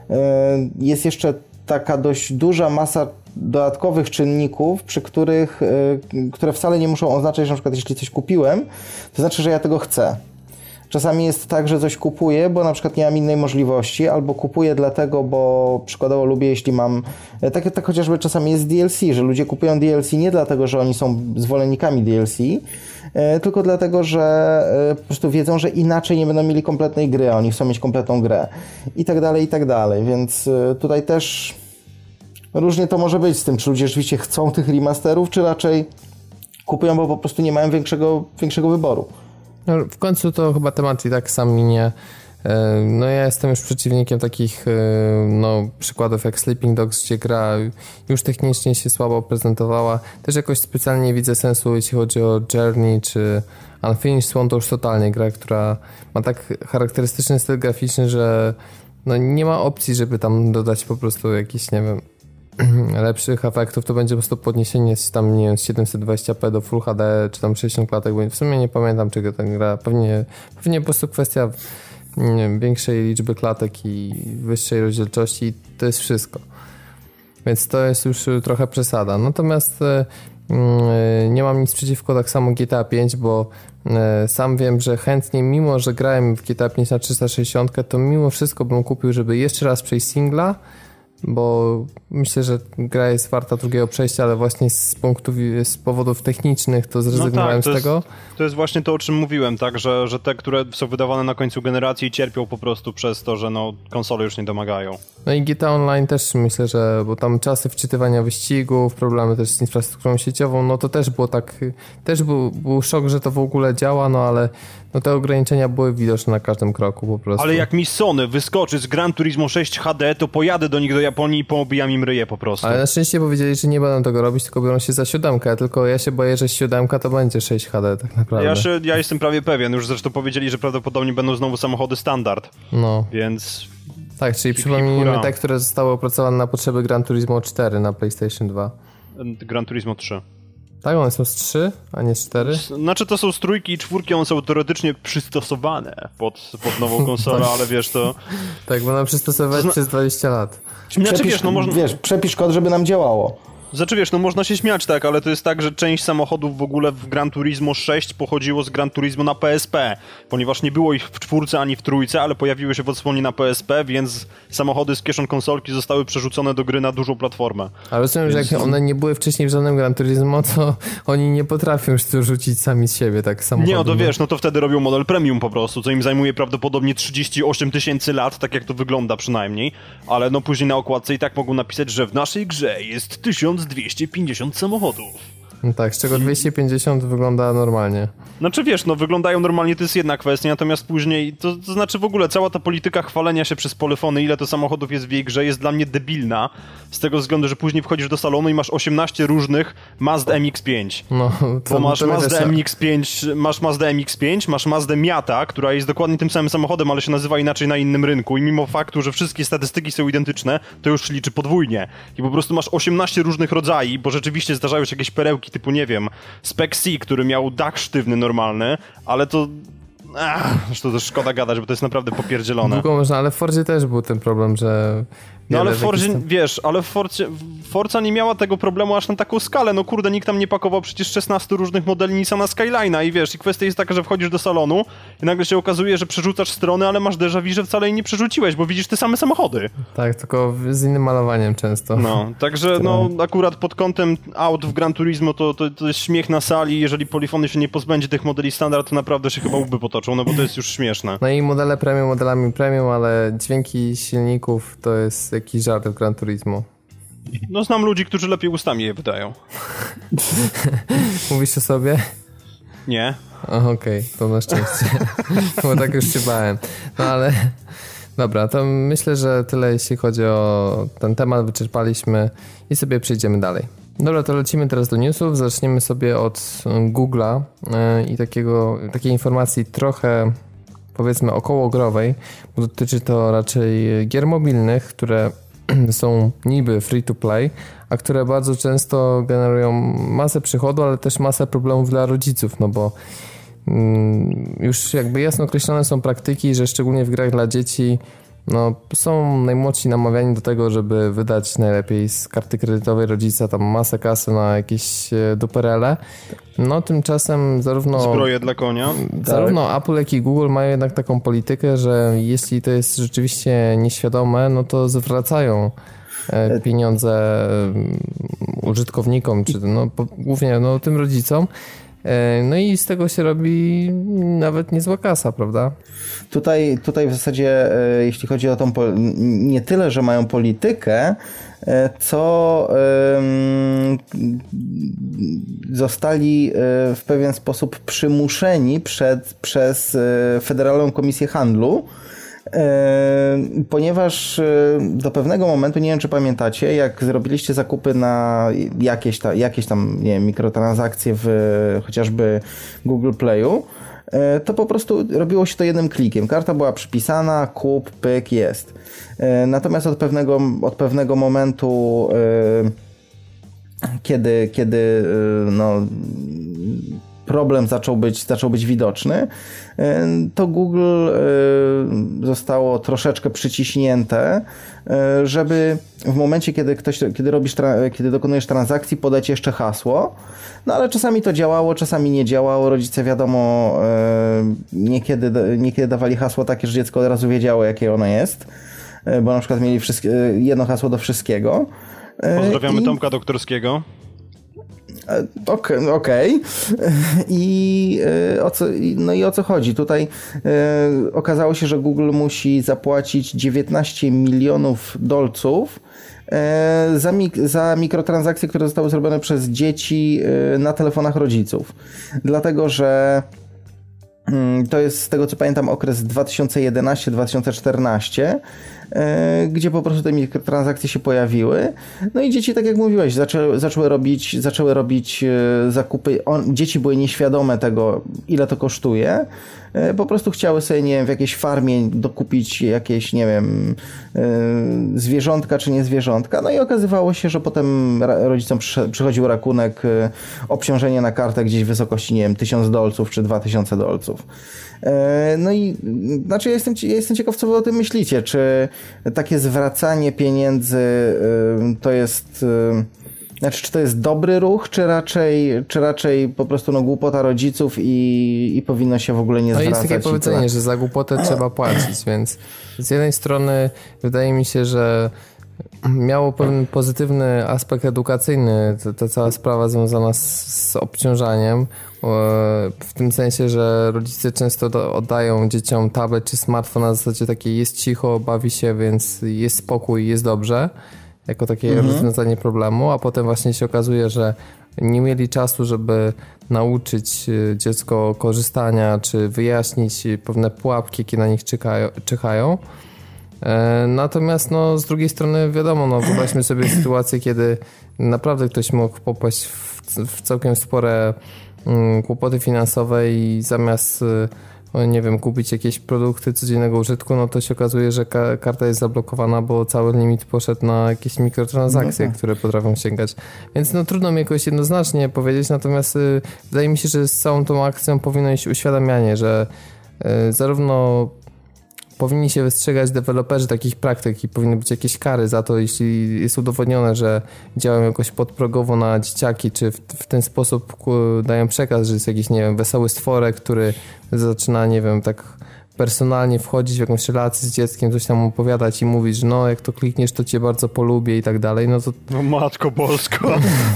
jest jeszcze taka dość duża masa dodatkowych czynników, przy które wcale nie muszą oznaczać, że na przykład jeśli coś kupiłem, to znaczy, że ja tego chcę. Czasami jest tak, że coś kupuję, bo na przykład nie mam innej możliwości, albo kupuję dlatego, bo przykładowo lubię, jeśli mam... Tak chociażby czasami jest DLC, że ludzie kupują DLC nie dlatego, że oni są zwolennikami DLC, tylko dlatego, że po prostu wiedzą, że inaczej nie będą mieli kompletnej gry, a oni chcą mieć kompletną grę. I tak dalej, więc tutaj też różnie to może być z tym, czy ludzie rzeczywiście chcą tych remasterów, czy raczej kupują, bo po prostu nie mają większego wyboru. No, w końcu to chyba temat i tak sam minie. No ja jestem już przeciwnikiem takich przykładów jak Sleeping Dogs, gdzie gra już technicznie się słabo prezentowała. Też jakoś specjalnie nie widzę sensu, jeśli chodzi o Journey czy Unfinished Swan, to już totalnie gra, która ma tak charakterystyczny styl graficzny, że no nie ma opcji, żeby tam dodać po prostu jakiś, nie wiem, lepszych efektów, to będzie po prostu podniesienie z tam, nie wiem, z 720p do Full HD, czy tam 60 klatek, bo w sumie nie pamiętam, czego ta gra, pewnie po prostu kwestia, nie wiem, większej liczby klatek i wyższej rozdzielczości, to jest wszystko. Więc to jest już trochę przesada. Natomiast nie mam nic przeciwko tak samo GTA 5, bo sam wiem, że chętnie, mimo że grałem w GTA 5 na 360, to mimo wszystko bym kupił, żeby jeszcze raz przejść singla, bo myślę, że gra jest warta drugiego przejścia, ale właśnie z powodów technicznych to zrezygnowałem z tego. To jest właśnie to, o czym mówiłem, tak, że te, które są wydawane na końcu generacji, cierpią po prostu przez to, że konsole już nie domagają. No i GTA Online też myślę, że, bo tam czasy wczytywania wyścigów, problemy też z infrastrukturą sieciową, no to też było tak, też był szok, że to w ogóle działa, no ale no te ograniczenia były widoczne na każdym kroku po prostu. Ale jak mi Sony wyskoczy z Gran Turismo 6 HD, to pojadę do nich do Japonii i poobijam im ryje po prostu. Ale na szczęście powiedzieli, że nie będą tego robić, tylko biorą się za 7, tylko ja się boję, że 7 to będzie 6 HD tak naprawdę. Ja jestem prawie pewien, już zresztą powiedzieli, że prawdopodobnie będą znowu samochody standard. No. Więc... Tak, czyli przypomnijmy te, które zostały opracowane na potrzeby Gran Turismo 4 na PlayStation 2. Gran Turismo 3. Tak, one są z 3, a nie z 4? Znaczy to są z 3 i 4, one są teoretycznie przystosowane pod nową konsolę, ale wiesz to... Tak, bo nam przystosować przez 20 lat. Znaczy wiesz, no można... Wiesz, przepisz kod, żeby nam działało. Znaczy wiesz, no można się śmiać, tak, ale to jest tak, że część samochodów w ogóle w Gran Turismo 6 pochodziło z Gran Turismo na PSP, ponieważ nie było ich w 4 ani w 3, ale pojawiły się w odsłonie na PSP, więc samochody z kieszon konsolki zostały przerzucone do gry na dużą platformę. Ale rozumiem, że jak one nie były wcześniej w żadnym Gran Turismo, to oni nie potrafią już tu rzucić sami z siebie tak samochodem. Nie, no to wiesz, no to wtedy robią model premium po prostu, co im zajmuje prawdopodobnie 38 000 lat, tak jak to wygląda przynajmniej, ale no później na okładce i tak mogą napisać, że w naszej grze jest 1250 samochodów. No tak, z czego 250 wygląda normalnie. Znaczy wiesz, no wyglądają normalnie, to jest jedna kwestia, natomiast później, to znaczy w ogóle cała ta polityka chwalenia się przez Polyphony, ile to samochodów jest w jej grze, jest dla mnie debilna, z tego względu, że później wchodzisz do salonu i masz 18 różnych Mazda MX-5. No, bo masz Mazda MX-5, masz Mazda MX-5, masz Mazdę Miata, która jest dokładnie tym samym samochodem, ale się nazywa inaczej na innym rynku i mimo faktu, że wszystkie statystyki są identyczne, to już liczy podwójnie. I po prostu masz 18 różnych rodzajów, bo rzeczywiście zdarzają się jakieś perełki typu, nie wiem, Spec C, który miał dach sztywny normalny, ale to... Zresztą to szkoda gadać, bo to jest naprawdę popierdzielone. Długo można, ale w Fordzie też był ten problem, że... No ale w Fordzie, wiesz, ale w Forza nie miała tego problemu aż na taką skalę, no kurde, nikt tam nie pakował przecież 16 różnych modeli Nissana Skyline'a i wiesz, i kwestia jest taka, że wchodzisz do salonu i nagle się okazuje, że przerzucasz strony, ale masz déjà vu, że wcale jej nie przerzuciłeś, bo widzisz te same samochody. Tak, tylko z innym malowaniem często. No, także no akurat pod kątem aut w Gran Turismo to jest śmiech na sali, jeżeli Polyphony się nie pozbędzie tych modeli standard, to naprawdę się chyba łby potoczą, no bo to jest już śmieszne. No i modele premium, modelami premium, ale dźwięki silników to jest jakiś żart w Gran Turismo. No znam ludzi, którzy lepiej ustami je wydają. Mówisz o sobie? Nie. Okej, to na szczęście. Bo tak już się bałem. No ale... Dobra, to myślę, że tyle jeśli chodzi o ten temat. Wyczerpaliśmy i sobie przejdziemy dalej. Dobra, to lecimy teraz do newsów. Zaczniemy sobie od Google'a i takiej informacji trochę, powiedzmy, okołogrowej, bo dotyczy to raczej gier mobilnych, które są niby free to play, a które bardzo często generują masę przychodu, ale też masę problemów dla rodziców, no bo już jakby jasno określone są praktyki, że szczególnie w grach dla dzieci no, są najmłodsi namawiani do tego, żeby wydać najlepiej z karty kredytowej rodzica tam masę kasy na jakieś duperele. No tymczasem zarówno zbroje dla konia. Zarówno Apple, jak i Google mają jednak taką politykę, że jeśli to jest rzeczywiście nieświadome, no to zwracają pieniądze użytkownikom, czy no, głównie no, tym rodzicom. No i z tego się robi nawet niezła kasa, prawda? Tutaj w zasadzie, jeśli chodzi o tą, nie tyle, że mają politykę, co zostali w pewien sposób przymuszeni przez Federalną Komisję Handlu, ponieważ do pewnego momentu, nie wiem czy pamiętacie, jak zrobiliście zakupy na jakieś tam nie wiem, mikrotransakcje w chociażby Google Playu, to po prostu robiło się to jednym klikiem. Karta była przypisana, kup, pyk, jest. Natomiast od pewnego momentu, kiedy no, problem zaczął być widoczny, to Google zostało troszeczkę przyciśnięte, żeby w momencie, kiedy dokonujesz transakcji, podać jeszcze hasło. No ale czasami to działało, czasami nie działało. Rodzice, wiadomo, niekiedy dawali hasło takie, że dziecko od razu wiedziało, jakie ono jest, bo na przykład mieli jedno hasło do wszystkiego. Pozdrawiamy Tomka Doktorskiego. Okej. I o co chodzi? Tutaj okazało się, że Google musi zapłacić 19 milionów dolców za mikrotransakcje, które zostały zrobione przez dzieci na telefonach rodziców. Dlatego, że to jest, z tego co pamiętam, okres 2011-2014, gdzie po prostu te mikrotransakcje się pojawiły. No i dzieci, tak jak mówiłeś, zaczęły robić zakupy. Dzieci były nieświadome tego, ile to kosztuje. Po prostu chciały sobie, nie wiem, w jakiejś farmie dokupić jakieś, nie wiem, zwierzątka czy nie zwierzątka. No i okazywało się, że potem rodzicom przychodził rachunek, obciążenie na kartę gdzieś w wysokości, nie wiem, $1000 czy $2000. No i znaczy ja jestem ciekaw, co wy o tym myślicie. Czy takie zwracanie pieniędzy to jest... Znaczy, czy to jest dobry ruch, czy raczej po prostu głupota rodziców i powinno się w ogóle nie zwracać? No jest takie powiedzenie, że za głupotę trzeba płacić, więc z jednej strony wydaje mi się, że miało pewien pozytywny aspekt edukacyjny ta cała sprawa związana z obciążaniem, w tym sensie, że rodzice często oddają dzieciom tablet czy smartfon na zasadzie takiej jest cicho, bawi się, więc jest spokój, jest dobrze, jako takie rozwiązanie problemu, a potem właśnie się okazuje, że nie mieli czasu, żeby nauczyć dziecko korzystania, czy wyjaśnić pewne pułapki, jakie na nich czyhają. Natomiast z drugiej strony wiadomo, wyobraźmy sobie sytuację, kiedy naprawdę ktoś mógł popaść w całkiem spore kłopoty finansowe i zamiast nie wiem, kupić jakieś produkty codziennego użytku, to się okazuje, że karta jest zablokowana, bo cały limit poszedł na jakieś mikrotransakcje, które potrafią sięgać. Więc trudno mi jakoś jednoznacznie powiedzieć, natomiast wydaje mi się, że z całą tą akcją powinno iść uświadamianie, że zarówno powinni się wystrzegać deweloperzy takich praktyk i powinny być jakieś kary za to, jeśli jest udowodnione, że działają jakoś podprogowo na dzieciaki, czy w ten sposób dają przekaz, że jest jakiś, nie wiem, wesoły stworek, który zaczyna, nie wiem, tak personalnie wchodzić w jakąś relację z dzieckiem, coś tam opowiadać i mówić, że jak to klikniesz, to cię bardzo polubię i tak dalej, to... No Matko Bosko!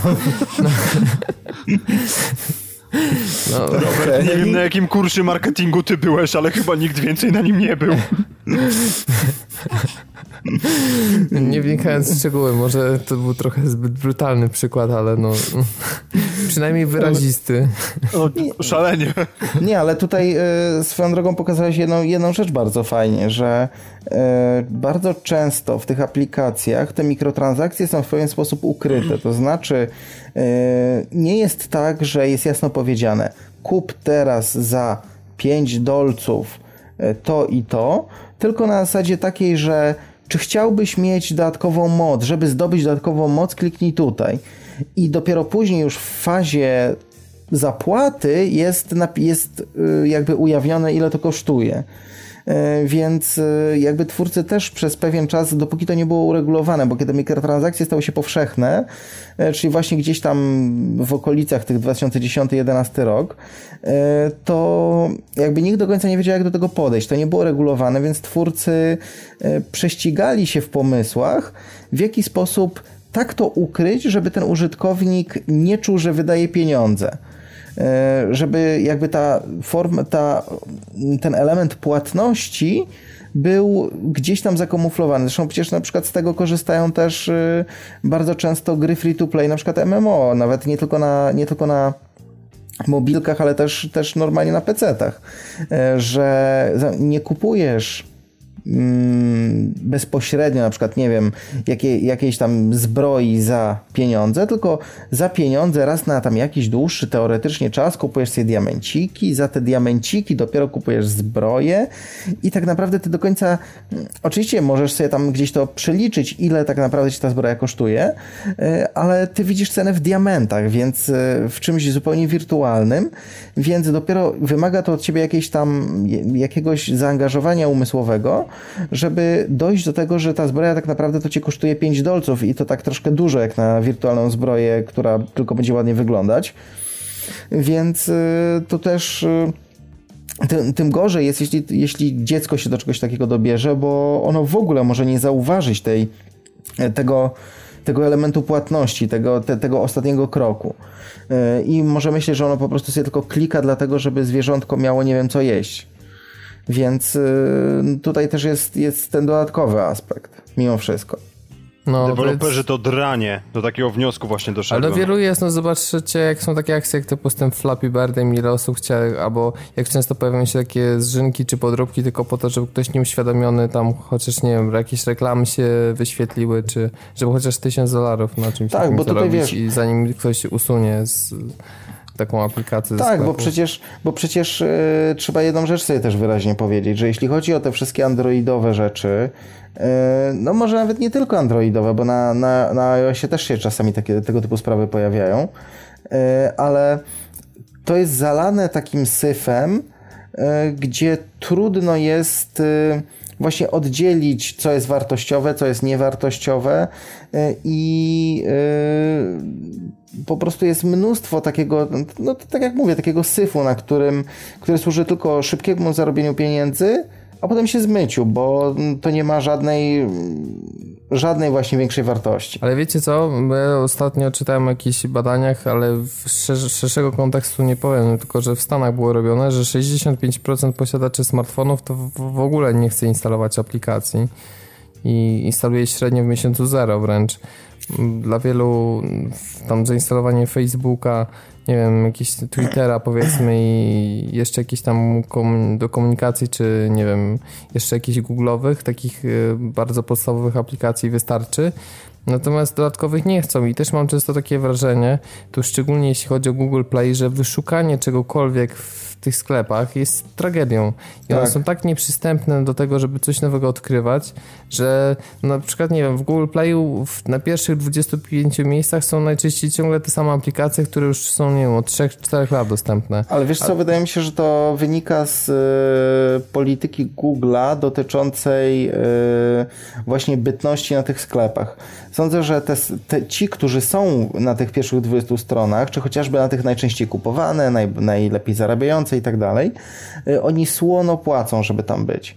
Robert, nie wiem, na jakim kursie marketingu ty byłeś, ale chyba nikt więcej na nim nie był. Nie wnikając w szczegóły, może to był trochę zbyt brutalny przykład, ale przynajmniej wyrazisty. Szalenie. Nie, ale tutaj swoją drogą pokazałeś jedną rzecz bardzo fajnie, że bardzo często w tych aplikacjach te mikrotransakcje są w pewien sposób ukryte. To znaczy nie jest tak, że jest jasno powiedziane kup teraz za $5 to i to, tylko na zasadzie takiej, że czy chciałbyś mieć dodatkową moc? Żeby zdobyć dodatkową moc, kliknij tutaj. I dopiero później już w fazie zapłaty jest jakby ujawnione, ile to kosztuje. Więc jakby twórcy też przez pewien czas, dopóki to nie było uregulowane, bo kiedy mikrotransakcje stały się powszechne, czyli właśnie gdzieś tam w okolicach tych 2010-2011 rok, to jakby nikt do końca nie wiedział, jak do tego podejść. To nie było regulowane, więc twórcy prześcigali się w pomysłach, w jaki sposób tak to ukryć, żeby ten użytkownik nie czuł, że wydaje pieniądze. Żeby jakby ten element płatności był gdzieś tam zakamuflowany. Zresztą przecież na przykład z tego korzystają też bardzo często gry free to play, na przykład MMO, nawet nie tylko na mobilkach, ale też normalnie na PC-tach, że nie kupujesz bezpośrednio, na przykład, nie wiem, jakiejś tam zbroi za pieniądze, tylko za pieniądze raz na tam jakiś dłuższy teoretycznie czas kupujesz sobie diamenciki, za te diamenciki dopiero kupujesz zbroję i tak naprawdę ty do końca, oczywiście możesz sobie tam gdzieś to przeliczyć, ile tak naprawdę ci ta zbroja kosztuje, ale ty widzisz cenę w diamentach, więc w czymś zupełnie wirtualnym, więc dopiero wymaga to od ciebie jakiegoś zaangażowania umysłowego, żeby dojść do tego, że ta zbroja tak naprawdę to cię kosztuje $5 i to tak troszkę dużo jak na wirtualną zbroję, która tylko będzie ładnie wyglądać. Więc to też tym gorzej jest, jeśli dziecko się do czegoś takiego dobierze, bo ono w ogóle może nie zauważyć tego elementu płatności, tego ostatniego kroku. I może myśleć, że ono po prostu sobie tylko klika dlatego, żeby zwierzątko miało nie wiem co jeść. Więc tutaj też jest ten dodatkowy aspekt, mimo wszystko. No, deweloperzy to dranie, do takiego wniosku właśnie doszedłem. Ale wielu jest, no zobaczycie, jak są takie akcje, jak typu z tym Flappy Birdem, ile osób chciało, albo jak często pojawiają się takie zżynki czy podróbki tylko po to, żeby ktoś nieuświadomiony tam, chociaż nie wiem, jakieś reklamy się wyświetliły, czy żeby chociaż $1000 na czymś takim bo tutaj wiesz, i zanim ktoś usunie taką aplikację ze sklepu. bo przecież trzeba jedną rzecz sobie też wyraźnie powiedzieć, że jeśli chodzi o te wszystkie androidowe rzeczy, no może nawet nie tylko androidowe, bo na iOSie też się czasami tego typu sprawy pojawiają, ale to jest zalane takim syfem, gdzie trudno jest właśnie oddzielić, co jest wartościowe, co jest niewartościowe i po prostu jest mnóstwo takiego, no tak jak mówię, takiego syfu, który służy tylko szybkiemu zarobieniu pieniędzy, a potem się zmyciu, bo to nie ma żadnej właśnie większej wartości. Ale wiecie co? Ja ostatnio czytałem o jakichś badaniach, ale w szerszego kontekstu nie powiem, tylko że w Stanach było robione, że 65% posiadaczy smartfonów to w ogóle nie chce instalować aplikacji i instaluje średnio w miesiącu 0 wręcz. Dla wielu tam zainstalowanie Facebooka, nie wiem, jakieś Twittera powiedzmy i jeszcze jakieś tam do komunikacji, czy nie wiem, jeszcze jakichś google'owych, takich bardzo podstawowych aplikacji wystarczy. Natomiast dodatkowych nie chcą i też mam często takie wrażenie, tu szczególnie jeśli chodzi o Google Play, że wyszukanie czegokolwiek w tych sklepach jest tragedią. I one są tak nieprzystępne do tego, żeby coś nowego odkrywać, że na przykład, nie wiem, w Google Playu na pierwszych 25 miejscach są najczęściej ciągle te same aplikacje, które już są, nie wiem, od 3-4 lat dostępne. Ale wiesz co, wydaje mi się, że to wynika z polityki Google'a dotyczącej właśnie bytności na tych sklepach. Sądzę, że ci, którzy są na tych pierwszych 20 stronach, czy chociażby na tych najczęściej kupowane, najlepiej zarabiające i tak dalej, oni słono płacą, żeby tam być.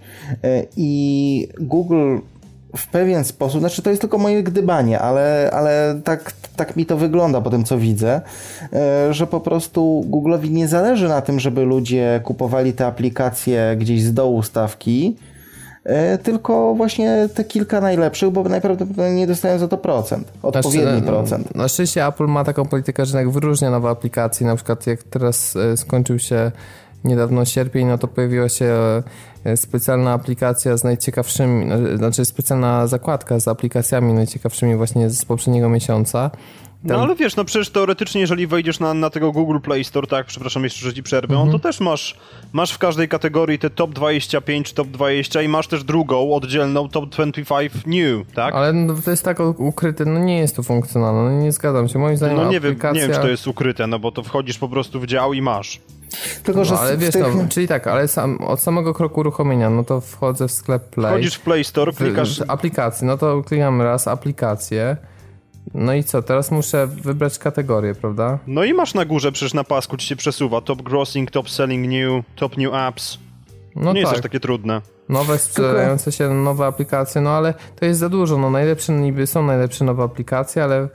I Google w pewien sposób, znaczy to jest tylko moje gdybanie, ale tak mi to wygląda po tym, co widzę, że po prostu Google'owi nie zależy na tym, żeby ludzie kupowali te aplikacje gdzieś z dołu stawki, tylko właśnie te kilka najlepszych, bo najprawdopodobniej nie dostają za to odpowiedni procent. Na szczęście Apple ma taką politykę, że jak wyróżnia nowe aplikacje, na przykład jak teraz skończył się niedawno sierpień, no to pojawiła się specjalna aplikacja z najciekawszymi, znaczy specjalna zakładka z aplikacjami najciekawszymi właśnie z poprzedniego miesiąca. No ale wiesz, no przecież teoretycznie, jeżeli wejdziesz na tego Google Play Store, tak, przepraszam jeszcze, że ci przerwę, to też masz w każdej kategorii te top 25, top 20 i masz też drugą, oddzielną top 25 new, tak? Ale no, to jest tak ukryte, no nie jest to funkcjonalne, no nie zgadzam się, moim zdaniem aplikacja... nie wiem, czy to jest ukryte, no bo to wchodzisz po prostu w dział i masz. Tylko, że ale wiesz, czyli tak, ale od samego kroku uruchomienia, no to wchodzę w sklep Play. Wchodzisz w Play Store, klikasz... Aplikacje, no to klikam raz, aplikacje. No i co, teraz muszę wybrać kategorię, prawda? No i masz na górze, przecież na pasku ci się przesuwa top grossing, top selling new, top new apps. No nie jest aż takie trudne. Nowe sprzedające się, nowe aplikacje, no ale to jest za dużo, no najlepsze niby są najlepsze nowe aplikacje, ale...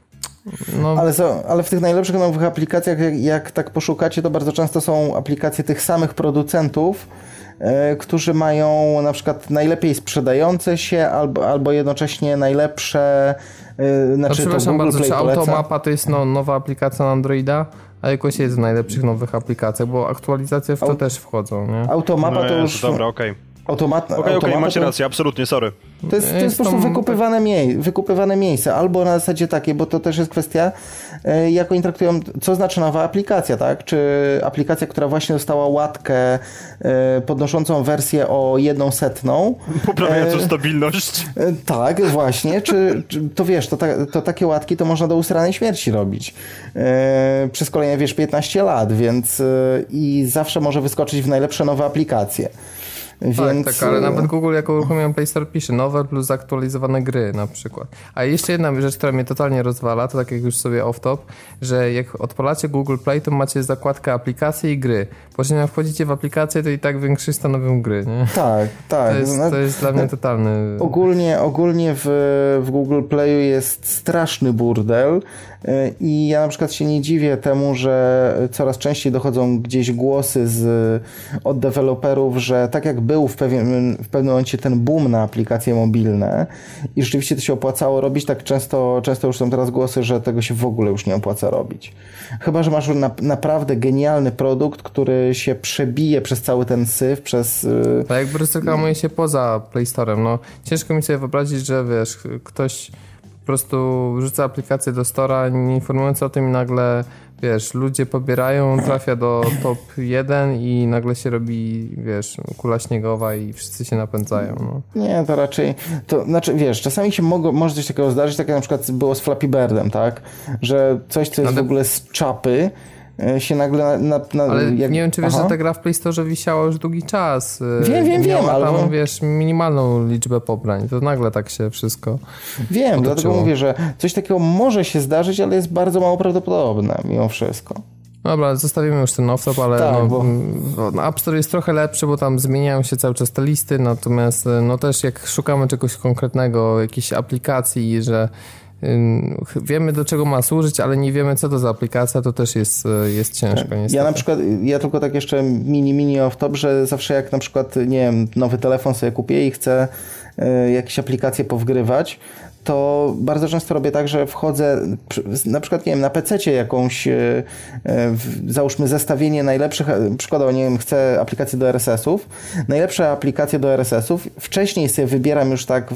No. Ale w tych najlepszych nowych aplikacjach, jak tak poszukacie, to bardzo często są aplikacje tych samych producentów, którzy mają na przykład najlepiej sprzedające się albo jednocześnie najlepsze... Znaczy, przepraszam bardzo, czy Automapa to jest nowa aplikacja na Androida? A jakoś jest w najlepszych nowych aplikacjach, bo aktualizacje w to też wchodzą, nie? Automapa to już... Dobra, okej. Okej, macie rację, absolutnie, sorry. To jest po prostu wykupywane miejsce, albo na zasadzie takiej, bo to też jest kwestia, jak oni traktują, co znaczy nowa aplikacja, tak? Czy aplikacja, która właśnie dostała łatkę podnoszącą wersję o 1/100. Poprawiającą stabilność. Tak, właśnie. Czy to wiesz, to takie łatki to można do usranej śmierci robić. Przez kolejne, 15 lat, więc i zawsze może wyskoczyć w najlepsze nowe aplikacje. Więc... Tak, ale nawet Google jako uruchomiłem Play Store pisze nowe plus zaktualizowane gry na przykład. A jeszcze jedna rzecz, która mnie totalnie rozwala, to tak jak już sobie off-top, że jak odpalacie Google Play, to macie zakładkę aplikacje i gry. Po czym jak wchodzicie w aplikację, to i tak większość stanowią gry, nie? Tak. To jest dla mnie totalny... Ogólnie w Google Playu jest straszny burdel i ja na przykład się nie dziwię temu, że coraz częściej dochodzą gdzieś głosy od deweloperów, że tak jak był w pewnym momencie ten boom na aplikacje mobilne i rzeczywiście to się opłacało robić, tak często już są teraz głosy, że tego się w ogóle już nie opłaca robić. Chyba że masz naprawdę genialny produkt, który się przebije przez cały ten syf, Tak jakby reklamuje się poza Play Store'em. No, ciężko mi sobie wyobrazić, że wiesz, ktoś po prostu wrzuca aplikację do Store'a, nie informując o tym i nagle, wiesz, ludzie pobierają, trafia do top 1 i nagle się robi, wiesz, kula śniegowa i wszyscy się napędzają. No. Nie, to raczej, wiesz, czasami się może coś takiego zdarzyć, tak jak na przykład było z Flappy Birdem, tak? Że coś, co jest w ogóle z czapy, się nagle ale nie wiem, czy wiesz, że ta gra w Play Store wisiała już długi czas. Wiem, ale tam, wiesz, minimalną liczbę pobrań. To nagle tak się wszystko Wiem, otoczyło. Dlatego mówię, że coś takiego może się zdarzyć, ale jest bardzo mało prawdopodobne mimo wszystko. Dobra, zostawimy już ten off-top, ale tak, App Store jest trochę lepszy, bo tam zmieniają się cały czas te listy, natomiast no też jak szukamy czegoś konkretnego, jakiejś aplikacji, że wiemy, do czego ma służyć, ale nie wiemy, co to za aplikacja, to też jest ciężko. Niestety. Ja na przykład, tylko tak jeszcze mini off-top, że zawsze jak na przykład, nie wiem, nowy telefon sobie kupię i chcę jakieś aplikacje powgrywać, to bardzo często robię tak, że wchodzę na przykład, nie wiem, na PC-cie jakąś, załóżmy zestawienie najlepszych, przykładowo, nie wiem, chcę aplikację do RSS-ów, najlepsze aplikacje do RSS-ów, wcześniej sobie wybieram już tak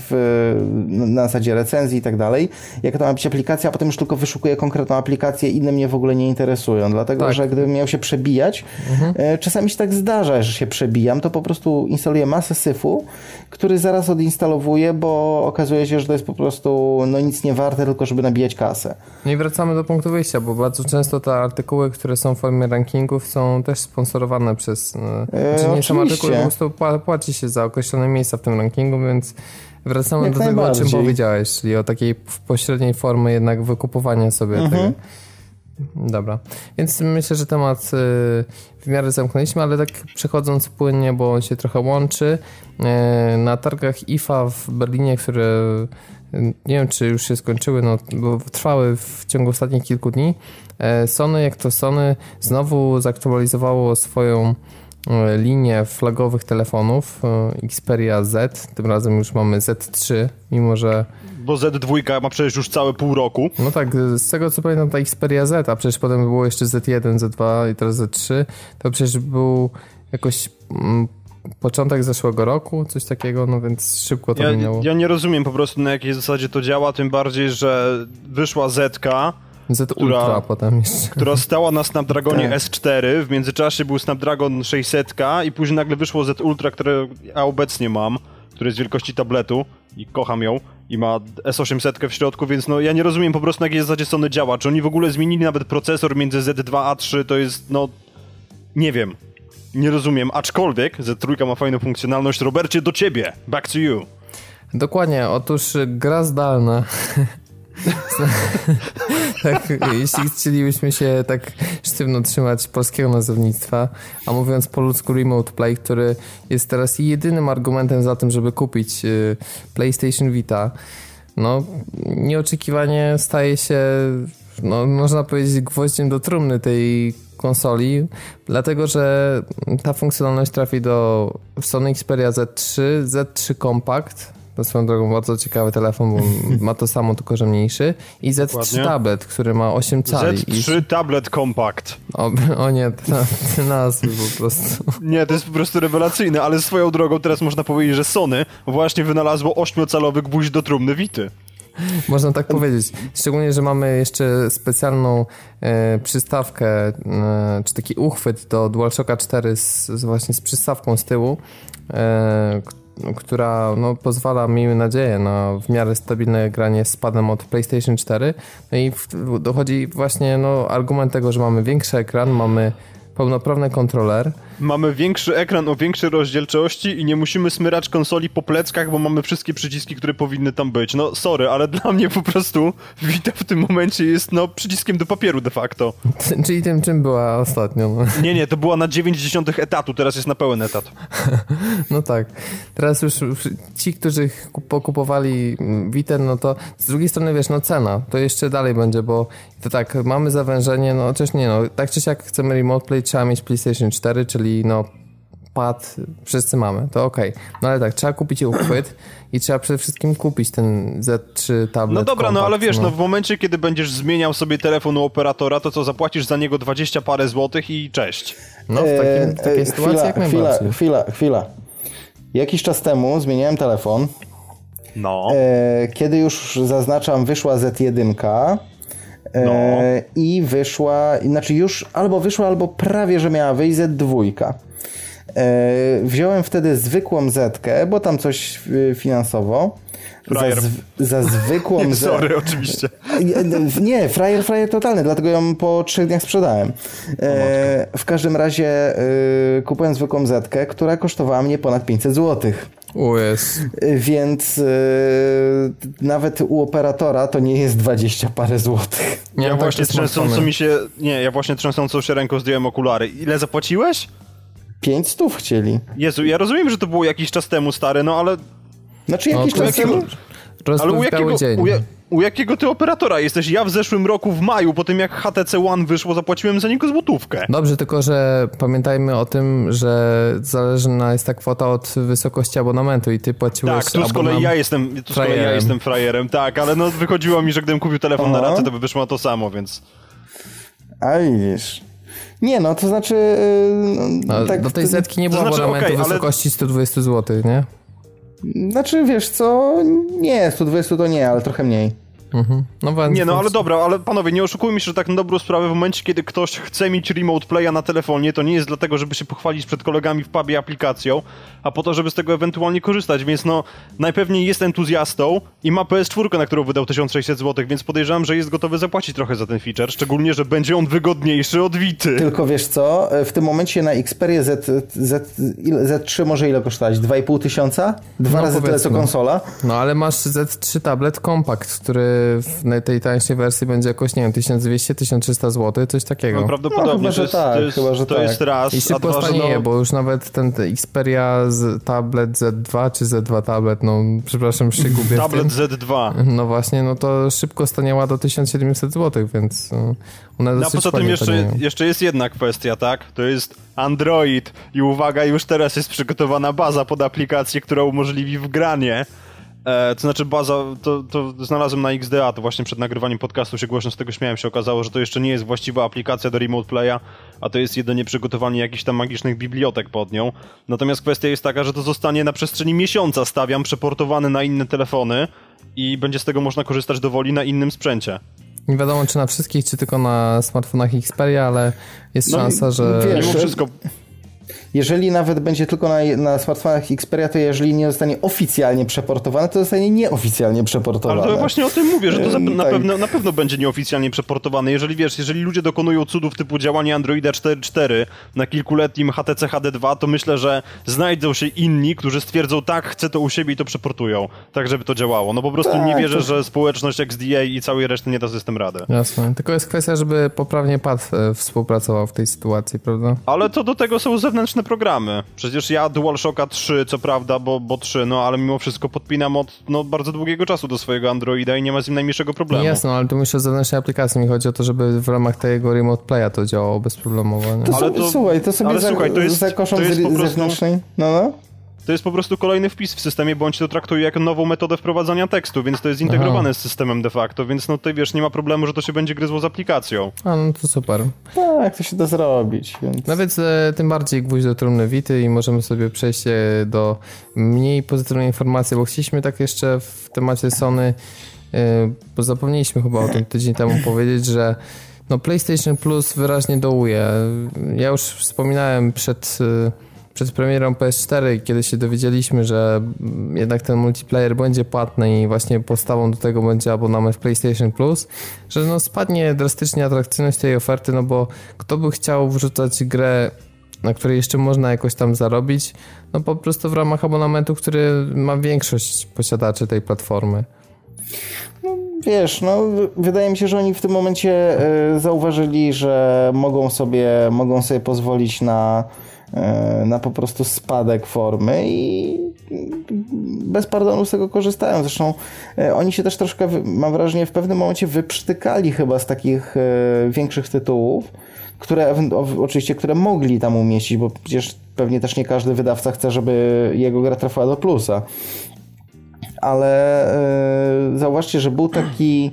na zasadzie recenzji i tak dalej, jaka to ma być aplikacja, a potem już tylko wyszukuję konkretną aplikację, inne mnie w ogóle nie interesują, dlatego, że gdybym miał się przebijać, czasami się tak zdarza, że się przebijam, to po prostu instaluję masę syfu, który zaraz odinstalowuję, bo okazuje się, że to jest po prostu nic nie warte, tylko żeby nabijać kasę. No i wracamy do punktu wyjścia, bo bardzo często te artykuły, które są w formie rankingów, są też sponsorowane przez... Czy nie są artykuły, po prostu płaci się za określone miejsca w tym rankingu, więc wracamy do tego, o czym powiedziałeś, czyli o takiej pośredniej formie jednak wykupowania sobie tego. Dobra, więc myślę, że temat w miarę zamknęliśmy, ale tak przechodząc płynnie, bo on się trochę łączy, na targach IFA w Berlinie, które nie wiem, czy już się skończyły, bo trwały w ciągu ostatnich kilku dni, Sony znowu zaktualizowało swoją linię flagowych telefonów Xperia Z, tym razem już mamy Z3, mimo że... Bo Z2 ma przecież już całe pół roku. No tak, z tego co pamiętam ta Xperia Z, a przecież potem było jeszcze Z1, Z2 i teraz Z3, to przecież był jakoś początek zeszłego roku, coś takiego, no więc szybko to minęło. Ja nie rozumiem po prostu, na jakiej zasadzie to działa, tym bardziej, że wyszła Z-ka, Ultra potem jeszcze. Która stała na Snapdragonie S4, w międzyczasie był Snapdragon 600 i później nagle wyszło Z Ultra, które ja obecnie mam, które jest wielkości tabletu i kocham ją i ma S800 w środku, więc ja nie rozumiem po prostu, na jakiej zasadzie Sony działa. Czy oni w ogóle zmienili nawet procesor między Z2 a 3, to jest, nie wiem. Nie rozumiem, aczkolwiek Z3 ma fajną funkcjonalność. Robercie, do ciebie. Back to you. Dokładnie, otóż gra zdalna. Tak, jeśli chcielibyśmy się tak sztywno trzymać polskiego nazewnictwa, a mówiąc po ludzku Remote Play, który jest teraz jedynym argumentem za tym, żeby kupić PlayStation Vita, nieoczekiwanie staje się, można powiedzieć, gwoździem do trumny tej konsoli, dlatego że ta funkcjonalność trafi do Sony Xperia Z3 Compact. To swoją drogą bardzo ciekawy telefon, bo ma to samo, tylko że mniejszy. I Z3 Dokładnie. Tablet, który ma 8 cali. Z3 Tablet Compact. O nie, te nazwy po prostu. Nie, to jest po prostu rewelacyjne, ale swoją drogą teraz można powiedzieć, że Sony właśnie wynalazło 8-calowy gwóźdź do trumny Vity. Można tak powiedzieć. Szczególnie, że mamy jeszcze specjalną przystawkę, czy taki uchwyt do DualShocka 4 właśnie z przystawką z tyłu, która pozwala, miejmy nadzieję, na w miarę stabilne granie z padem od PlayStation 4. No i dochodzi właśnie argument tego, że mamy większy ekran, mamy pełnoprawny kontroler. Mamy większy ekran o większej rozdzielczości i nie musimy smyrać konsoli po pleckach, bo mamy wszystkie przyciski, które powinny tam być. No sorry, ale dla mnie po prostu Vita w tym momencie jest przyciskiem do papieru de facto. Czyli tym, czym była ostatnio. No. Nie, to była na 0,9 etatu, teraz jest na pełen etat. No tak. Teraz już ci, którzy pokupowali Vita, no to z drugiej strony wiesz, no cena, to jeszcze dalej będzie, bo to tak, mamy zawężenie, no chociaż nie, no tak czy siak chcemy Remote Play, trzeba mieć PlayStation 4, czyli no pad wszyscy mamy, to okej. No ale tak, trzeba kupić uchwyt i trzeba przede wszystkim kupić ten Z3 tablet. No dobra, kompakt, no ale wiesz, no w momencie, kiedy będziesz zmieniał sobie telefon u operatora, to co, zapłacisz za niego 20 parę złotych i cześć. No w takiej sytuacji jak najbardziej. Chwila. Jakiś czas temu zmieniałem telefon. No. Kiedy już zaznaczam, wyszła Z1, i wyszła, znaczy już albo wyszła, albo prawie, że miała wyjść Z2. Wziąłem wtedy zwykłą Zetkę, bo tam coś finansowo. Za zwykłą nie, sorry, oczywiście. Nie, frajer totalny, dlatego ją po 3 dniach sprzedałem. W każdym razie kupiłem zwykłą Zetkę, która kosztowała mnie ponad 500 zł. Więc nawet u operatora to nie jest 20 parę złotych. Ja właśnie trzęsącą się ręką zdjąłem okulary. Ile zapłaciłeś? 500 chcieli. Jezu, ja rozumiem, że to było jakiś czas temu, stary, no ale... Znaczy jakiś czas temu? Ale u jakiego ty operatora jesteś? Ja w zeszłym roku w maju, po tym jak HTC One wyszło, zapłaciłem za niego złotówkę. Dobrze, tylko że pamiętajmy o tym, że zależna jest ta kwota od wysokości abonamentu i ty płaciłeś... Tak, tu z kolei ja jestem frajerem, tak, ale no wychodziło mi, że gdybym kupił telefon na rację, to by wyszło na to samo, więc... A widzisz... Nie, no to znaczy... tak, do tej Zetki nie było abonamentu wysokości 120 zł, nie? Znaczy, wiesz co, nie, 120 to nie, ale trochę mniej. Nie, no ale dobra, ale panowie, nie oszukujmy się, że tak na dobrą sprawę w momencie, kiedy ktoś chce mieć Remote Playa na telefonie, to nie jest dlatego, żeby się pochwalić przed kolegami w pubie aplikacją, a po to, żeby z tego ewentualnie korzystać, więc no najpewniej jest entuzjastą i ma PS4, na którą wydał 1600 zł, więc podejrzewam, że jest gotowy zapłacić trochę za ten feature, szczególnie, że będzie on wygodniejszy od Vity. Tylko wiesz co, w tym momencie na Xperia Z3 może ile kosztować? 2500? Dwa razy tyle co konsola? No ale masz Z3 tablet kompakt, który w tej tańszej wersji będzie jakoś, nie wiem, 1200-1300 zł, coś takiego. No prawdopodobnie, to jest raz. I szybko stanieje, bo już nawet ten Xperia tablet Z2 czy Z2 tablet, no przepraszam, się gubię tablet Z2. No właśnie, no to szybko staniała do 1700 zł, więc one dosyć poza tym jeszcze jest jedna kwestia, tak? To jest Android i uwaga, już teraz jest przygotowana baza pod aplikację, która umożliwi wgranie. To znaczy baza, to znalazłem na XDA, to właśnie przed nagrywaniem podcastu się głośno z tego śmiałem, się okazało, że to jeszcze nie jest właściwa aplikacja do Remote Playa, a to jest jedynie przygotowanie jakichś tam magicznych bibliotek pod nią. Natomiast kwestia jest taka, że to zostanie na przestrzeni miesiąca, stawiam, przeportowane na inne telefony i będzie z tego można korzystać dowoli na innym sprzęcie. Nie wiadomo, czy na wszystkich, czy tylko na smartfonach Xperia, ale jest szansa, że... Mimo wszystko... Jeżeli nawet będzie tylko na smartfonach Xperia, to jeżeli nie zostanie oficjalnie przeportowane, to zostanie nieoficjalnie przeportowane. Ale to właśnie o tym mówię, że to na pewno będzie nieoficjalnie przeportowane. Jeżeli ludzie dokonują cudów typu działanie Androida 4.4 na kilkuletnim HTC HD2, to myślę, że znajdą się inni, którzy stwierdzą, tak, chcę to u siebie i to przeportują, tak żeby to działało. No po prostu nie wierzę, że społeczność XDA i całej reszty nie da sobie z tym rady. Jasne, tylko jest kwestia, żeby poprawnie pad współpracował w tej sytuacji, prawda? Ale to do tego są zewnętrzne programy. Przecież ja DualShocka 3, co prawda, bo 3, no ale mimo wszystko podpinam od bardzo długiego czasu do swojego Androida i nie ma z nim najmniejszego problemu. Jasno, ale tu myślę o zewnętrznej aplikacji. Mi chodzi o to, żeby w ramach tego Remote Playa to działało bezproblemowo. Nie? Słuchaj, to sobie zakoszą zewnętrznej. No. To jest po prostu kolejny wpis w systemie, bądź to traktuje jako nową metodę wprowadzania tekstu, więc to jest zintegrowane z systemem de facto, więc no tutaj wiesz, nie ma problemu, że to się będzie gryzło z aplikacją. A no to super. Tak, to się da zrobić. Więc... No więc tym bardziej gwóźdź do trumny Vity i możemy sobie przejść do mniej pozytywnej informacji, bo chcieliśmy tak jeszcze w temacie Sony, bo zapomnieliśmy chyba o tym tydzień temu powiedzieć, że no PlayStation Plus wyraźnie dołuje. Ja już wspominałem przed przed premierą PS4, kiedy się dowiedzieliśmy, że jednak ten multiplayer będzie płatny i właśnie podstawą do tego będzie abonament w PlayStation Plus, że no spadnie drastycznie atrakcyjność tej oferty, no bo kto by chciał wrzucać grę, na której jeszcze można jakoś tam zarobić, no po prostu w ramach abonamentu, który ma większość posiadaczy tej platformy. No, wiesz, no wydaje mi się, że oni w tym momencie zauważyli, że mogą sobie pozwolić na po prostu spadek formy i bez pardonu z tego korzystają. Zresztą oni się też troszkę, mam wrażenie, w pewnym momencie wyprztykali chyba z takich większych tytułów, które mogli tam umieścić, bo przecież pewnie też nie każdy wydawca chce, żeby jego gra trafiła do plusa. Ale zauważcie, że był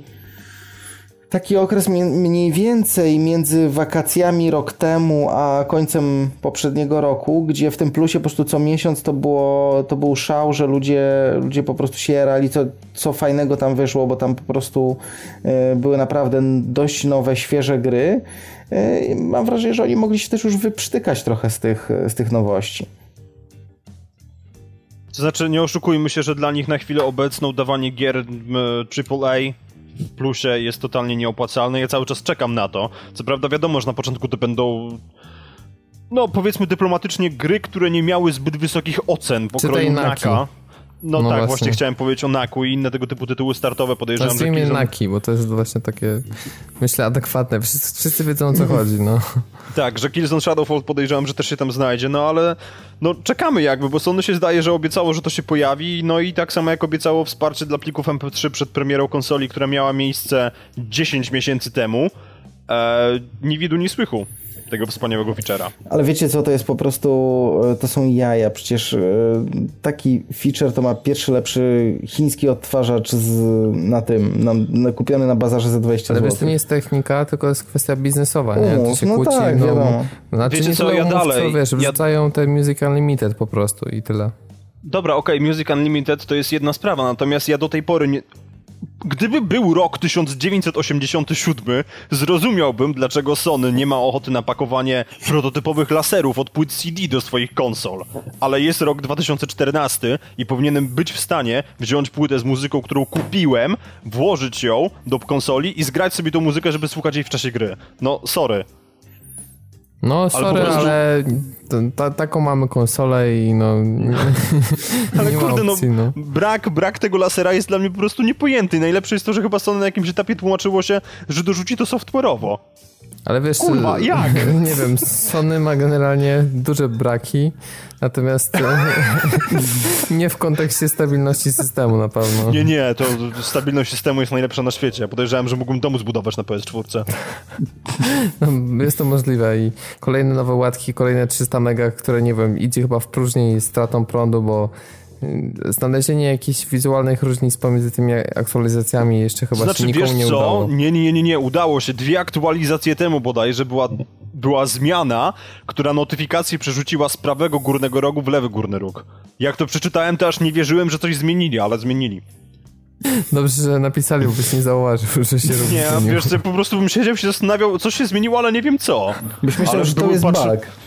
taki okres mniej więcej między wakacjami rok temu a końcem poprzedniego roku, gdzie w tym plusie po prostu co miesiąc to był szał, że ludzie po prostu się jarali, co fajnego tam wyszło, bo tam po prostu były naprawdę dość nowe, świeże gry. Mam wrażenie, że oni mogli się też już wyprztykać trochę z tych nowości. To znaczy, nie oszukujmy się, że dla nich na chwilę obecną dawanie gier AAA w plusie jest totalnie nieopłacalne. Ja cały czas czekam na to. Co prawda wiadomo, że na początku to będą, no powiedzmy dyplomatycznie, gry, które nie miały zbyt wysokich ocen pokroju Naka. No tak, właśnie chciałem powiedzieć o Naku i inne tego typu tytuły startowe. Podejrzewam, że Killzone... Naki, bo to jest właśnie takie, myślę, adekwatne. Wszyscy wiedzą, o co chodzi, no. Tak, że Killzone Shadowfall podejrzewam, że też się tam znajdzie, no ale no czekamy jakby, bo Sony się zdaje, że obiecało, że to się pojawi, no i tak samo jak obiecało wsparcie dla plików MP3 przed premierą konsoli, która miała miejsce 10 miesięcy temu, ni widu, ni słychu tego wspaniałego feature'a. Ale wiecie co, to jest po prostu, to są jaja, przecież taki feature to ma pierwszy lepszy chiński odtwarzacz kupiony na bazarze za 20 zł. Ale wiesz, to nie jest technika, tylko jest kwestia biznesowa, nie? To się no kłóci, tak, wiadomo. Znaczy wiecie co, ja dalej... Wiesz, wrzucają te Music Unlimited po prostu i tyle. Dobra, okej, Music Unlimited to jest jedna sprawa, natomiast ja do tej pory nie... Gdyby był rok 1987, zrozumiałbym, dlaczego Sony nie ma ochoty na pakowanie prototypowych laserów od płyt CD do swoich konsol. Ale jest rok 2014 i powinienem być w stanie wziąć płytę z muzyką, którą kupiłem, włożyć ją do konsoli i zgrać sobie tą muzykę, żeby słuchać jej w czasie gry. No, sorry. No, sorry, ale taką mamy konsolę i no... Ale nie kurde, opcji, no. Brak tego lasera jest dla mnie po prostu niepojęty. Najlepsze jest to, że chyba Sony na jakimś etapie tłumaczyło się, że dorzuci to software'owo. Ale wiesz, kurwa, jak? Nie wiem, Sony ma generalnie duże braki, natomiast nie w kontekście stabilności systemu na pewno. Nie, to stabilność systemu jest najlepsza na świecie. Ja podejrzewałem, że mógłbym dom zbudować na PS4. No, jest to możliwe i kolejne nowe łatki, kolejne 300 mega, które nie wiem, idzie chyba w próżni z stratą prądu, bo znalezienie jakichś wizualnych różnic pomiędzy tymi aktualizacjami jeszcze chyba się nikomu nie udało. Nie, udało się. 2 aktualizacje temu bodajże była zmiana, która notyfikację przerzuciła z prawego górnego rogu w lewy górny róg. Jak to przeczytałem, to aż nie wierzyłem, że coś zmienili, ale zmienili. Dobrze, że napisali, bo byś nie zauważył, że się robi. Nie, wiesz, po prostu bym siedział i się zastanawiał, co się zmieniło, ale nie wiem co. Byś myślał, że to jest bug.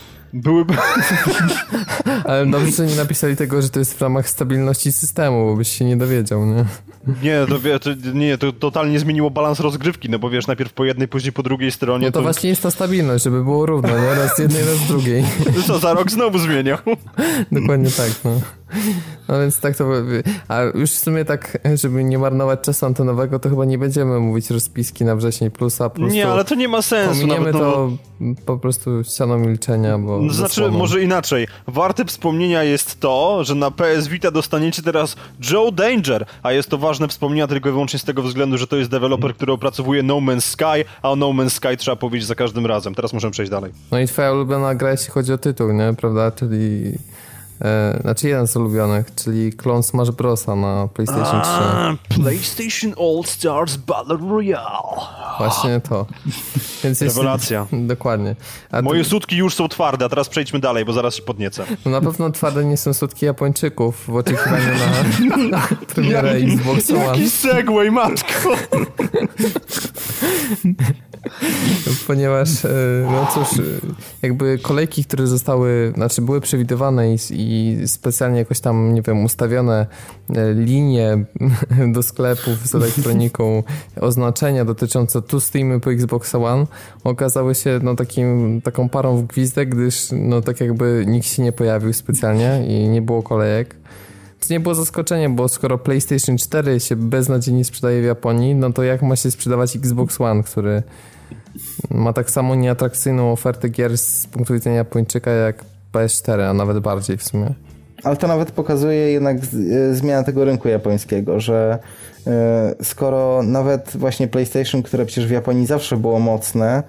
Ale dobrze, że nie napisali tego, że to jest w ramach stabilności systemu, bo byś się nie dowiedział, nie? To totalnie zmieniło balans rozgrywki, no bo wiesz, najpierw po jednej, później po drugiej stronie. No to właśnie jest ta stabilność, żeby było równo, nie? Raz z jednej, raz z drugiej. Co, za rok znowu zmieniał. Dokładnie tak, no. No więc tak to... A już w sumie tak, żeby nie marnować czasu antenowego, to chyba nie będziemy mówić rozpiski na wrzesień plusa. Nie, ale to nie ma sensu. Pominiemy to po prostu ścianą milczenia, bo... Znaczy, może inaczej. Warte wspomnienia jest to, że na PS Vita dostaniecie teraz Joe Danger, a jest to ważne wspomnienia tylko i wyłącznie z tego względu, że to jest deweloper, który opracowuje No Man's Sky, a o No Man's Sky trzeba powiedzieć za każdym razem. Teraz możemy przejść dalej. No i twoja ulubiona gra, jeśli chodzi o tytuł, nie? Prawda? Czyli... Znaczy jeden z ulubionych, czyli klon Smash Brosa na PlayStation 3. PlayStation All Stars Battle Royale. Właśnie to. Więc rewelacja. Dokładnie. Moje sutki już są twarde, a teraz przejdźmy dalej, bo zaraz się podniecę. No na pewno twarde nie są sutki Japończyków w oczekiwaniu na premierę Xbox One. Jaki segway, matko! Ponieważ, no cóż, jakby kolejki, które były przewidywane i specjalnie jakoś tam, nie wiem, ustawione linie do sklepów z elektroniką, oznaczenia dotyczące tu stoimy po Xbox One, okazały się no taką parą w gwizdek, gdyż no tak jakby nikt się nie pojawił specjalnie i nie było kolejek. To nie było zaskoczenie, bo skoro PlayStation 4 się beznadziejnie sprzedaje w Japonii, no to jak ma się sprzedawać Xbox One, który ma tak samo nieatrakcyjną ofertę gier z punktu widzenia Japończyka jak PS4, a nawet bardziej w sumie. Ale to nawet pokazuje jednak zmianę tego rynku japońskiego, że skoro nawet właśnie PlayStation, które przecież w Japonii zawsze było mocne,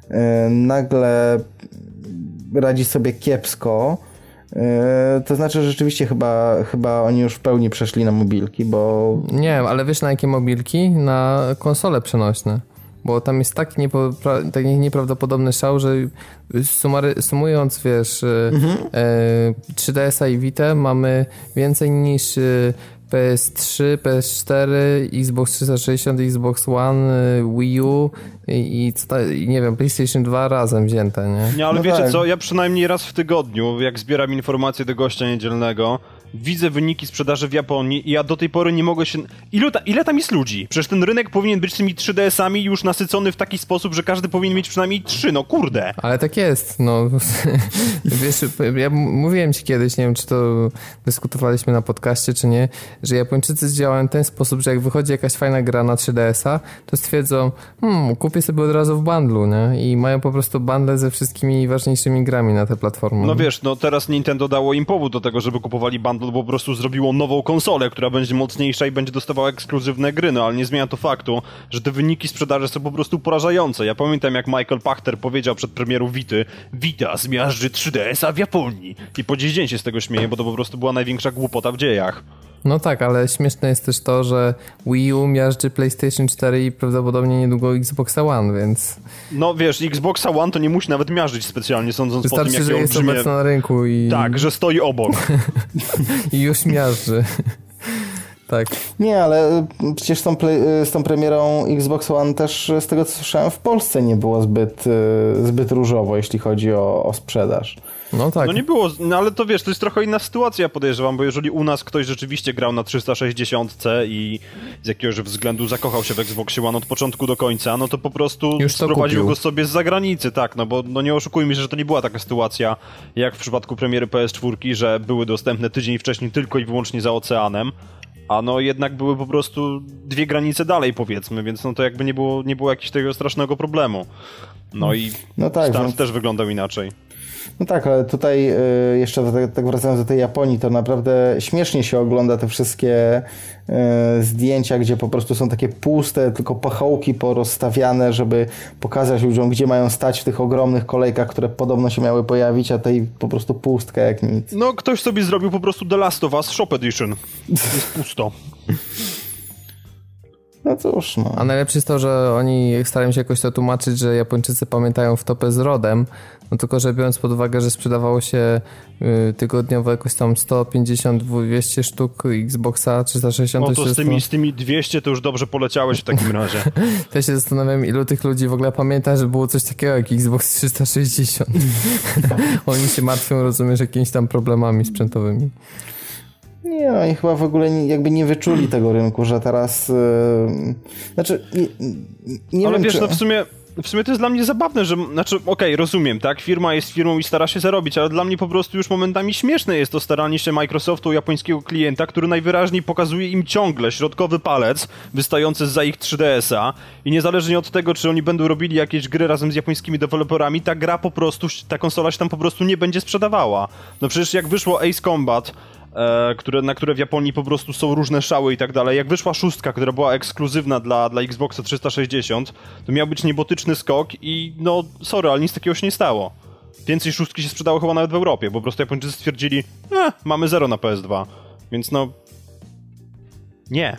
nagle radzi sobie kiepsko, to znaczy, że rzeczywiście chyba oni już w pełni przeszli na mobilki, bo... Nie, ale wiesz na jakie mobilki? Na konsole przenośne. Bo tam jest taki nieprawdopodobny szał, że sumując, wiesz, 3DS-a i Vita mamy więcej niż PS3, PS4, Xbox 360, Xbox One, Wii U i nie wiem, PlayStation 2 razem wzięte, nie? Nie, ale no wiecie co, ja przynajmniej raz w tygodniu, jak zbieram informacje do gościa niedzielnego, widzę wyniki sprzedaży w Japonii i ja do tej pory nie mogę się... Ile tam jest ludzi? Przecież ten rynek powinien być tymi 3DS-ami już nasycony w taki sposób, że każdy powinien mieć przynajmniej 3, no kurde. Ale tak jest, no. Wiesz, ja mówiłem ci kiedyś, nie wiem, czy to dyskutowaliśmy na podcaście, czy nie, że Japończycy działają w ten sposób, że jak wychodzi jakaś fajna gra na 3DS-a, to stwierdzą, kupię sobie od razu w bundlu, nie? I mają po prostu bundle ze wszystkimi ważniejszymi grami na tę platformę. No wiesz, no teraz Nintendo dało im powód do tego, żeby kupowali bundle, bo po prostu zrobiło nową konsolę, która będzie mocniejsza i będzie dostawała ekskluzywne gry, no ale nie zmienia to faktu, że te wyniki sprzedaży są po prostu porażające. Ja pamiętam, jak Michael Pachter powiedział przed premierą Vity, Vita zmiażdży 3DS-a w Japonii. I po dziś dzień się z tego śmieje, bo to po prostu była największa głupota w dziejach. No tak, ale śmieszne jest też to, że Wii U miażdży PlayStation 4 i prawdopodobnie niedługo Xboxa One, więc... No wiesz, Xboxa One to nie musi nawet miażdżyć specjalnie, sądząc wystarczy, po tym, jak że jest obecna na rynku i... Tak, że stoi obok. I już miażdży. Tak. Nie, ale przecież z tą premierą Xbox One też, z tego co słyszałem, w Polsce nie było zbyt różowo, jeśli chodzi o sprzedaż. No tak. No nie było, no ale to wiesz, to jest trochę inna sytuacja, podejrzewam, bo jeżeli u nas ktoś rzeczywiście grał na 360 i z jakiegoś względu zakochał się w Xboxie One od początku do końca, no to po prostu sprowadził go sobie z zagranicy, tak, no bo no nie oszukujmy się, że to nie była taka sytuacja jak w przypadku premiery PS4, że były dostępne tydzień wcześniej tylko i wyłącznie za oceanem, a no jednak były po prostu dwie granice dalej, powiedzmy, więc no to jakby nie było jakiegoś tego strasznego problemu. No i no tak, start też wyglądał inaczej. No tak, ale tutaj jeszcze tak wracając do tej Japonii, to naprawdę śmiesznie się ogląda te wszystkie zdjęcia, gdzie po prostu są takie puste, tylko pachołki porozstawiane, żeby pokazać ludziom, gdzie mają stać w tych ogromnych kolejkach, które podobno się miały pojawić, a tej po prostu pustka jak nic. No ktoś sobie zrobił po prostu The Last of Us Shop Edition. Jest pusto. No cóż, no. A najlepsze jest to, że oni starają się jakoś to tłumaczyć, że Japończycy pamiętają wtopę z rodem, no tylko, że biorąc pod uwagę, że sprzedawało się tygodniowo jakoś tam 150-200 sztuk Xboxa 360... No to z tymi 200 to już dobrze poleciałeś w takim razie. To ja się zastanawiam, ilu tych ludzi w ogóle pamięta, że było coś takiego jak Xbox 360. Oni się martwią, rozumiesz, jakimiś tam problemami sprzętowymi. Nie, oni chyba w ogóle jakby nie wyczuli tego rynku, że teraz... Znaczy, nie ale wiem, wiesz, no w sumie to jest dla mnie zabawne, że... Znaczy, okej, rozumiem, tak? Firma jest firmą i stara się zarobić, ale dla mnie po prostu już momentami śmieszne jest to staranie się Microsoftu, japońskiego klienta, który najwyraźniej pokazuje im ciągle środkowy palec wystający zza ich 3DS-a i niezależnie od tego, czy oni będą robili jakieś gry razem z japońskimi deweloperami, ta gra po prostu, ta konsola się tam po prostu nie będzie sprzedawała. No przecież jak wyszło Ace Combat, na które w Japonii po prostu są różne szały i tak dalej. Jak wyszła 6, która była ekskluzywna dla Xboxa 360, to miał być niebotyczny skok i no, sorry, ale nic takiego się nie stało. Więcej 6 się sprzedało chyba nawet w Europie, po prostu Japończycy stwierdzili, mamy 0 na PS2, więc no... Nie.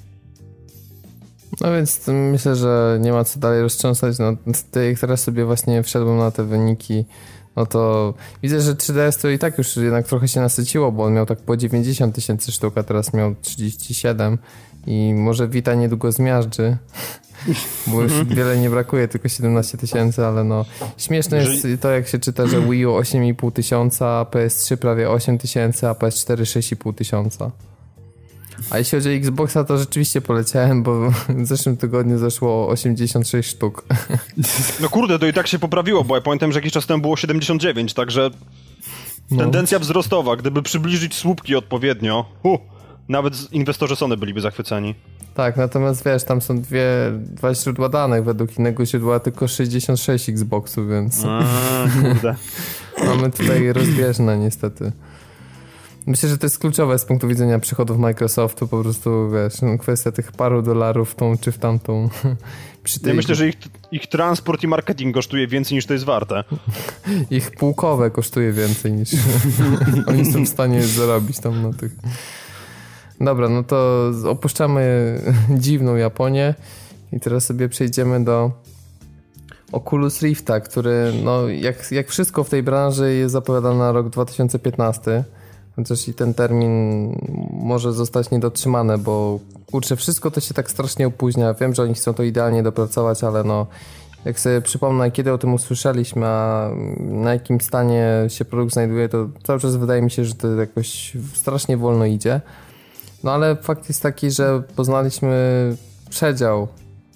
No więc myślę, że nie ma co dalej roztrząsać. No, jak teraz sobie właśnie wszedłem na te wyniki, no to widzę, że 3DS to i tak już jednak trochę się nasyciło, bo on miał tak po 90 000 sztuk, a teraz miał 37 i może Vita niedługo zmiażdży. bo już wiele nie brakuje, tylko 17 000, ale no śmieszne jest to, jak się czyta, że Wii U 8,5 tysiąca, PS3 prawie 8 000, a PS4 6,5 tysiąca. A jeśli chodzi o Xboxa, to rzeczywiście poleciałem, bo w zeszłym tygodniu zeszło 86 sztuk. No kurde, to i tak się poprawiło, bo ja pamiętam, że jakiś czas temu było 79, także tendencja wzrostowa. Gdyby przybliżyć słupki odpowiednio, nawet inwestorzy Sony byliby zachwyceni. Tak, natomiast wiesz, tam są dwa źródła danych, według innego źródła tylko 66 Xboxów, więc kurde. mamy tutaj rozbieżne niestety. Myślę, że to jest kluczowe z punktu widzenia przychodów Microsoftu, po prostu wiesz, kwestia tych paru dolarów w tą czy w tamtą. Ja myślę, że ich transport i marketing kosztuje więcej niż to jest warte. Ich półkowe kosztuje więcej niż oni są w stanie zarobić tam na tych. Dobra, no to opuszczamy dziwną Japonię i teraz sobie przejdziemy do Oculus Rifta, który no jak wszystko w tej branży jest zapowiadane na rok 2015. Chociaż i ten termin może zostać niedotrzymany, bo kurczę, wszystko to się tak strasznie opóźnia. Wiem, że oni chcą to idealnie dopracować, ale no jak sobie przypomnę, kiedy o tym usłyszeliśmy, a na jakim stanie się produkt znajduje, to cały czas wydaje mi się, że to jakoś strasznie wolno idzie. No ale fakt jest taki, że poznaliśmy przedział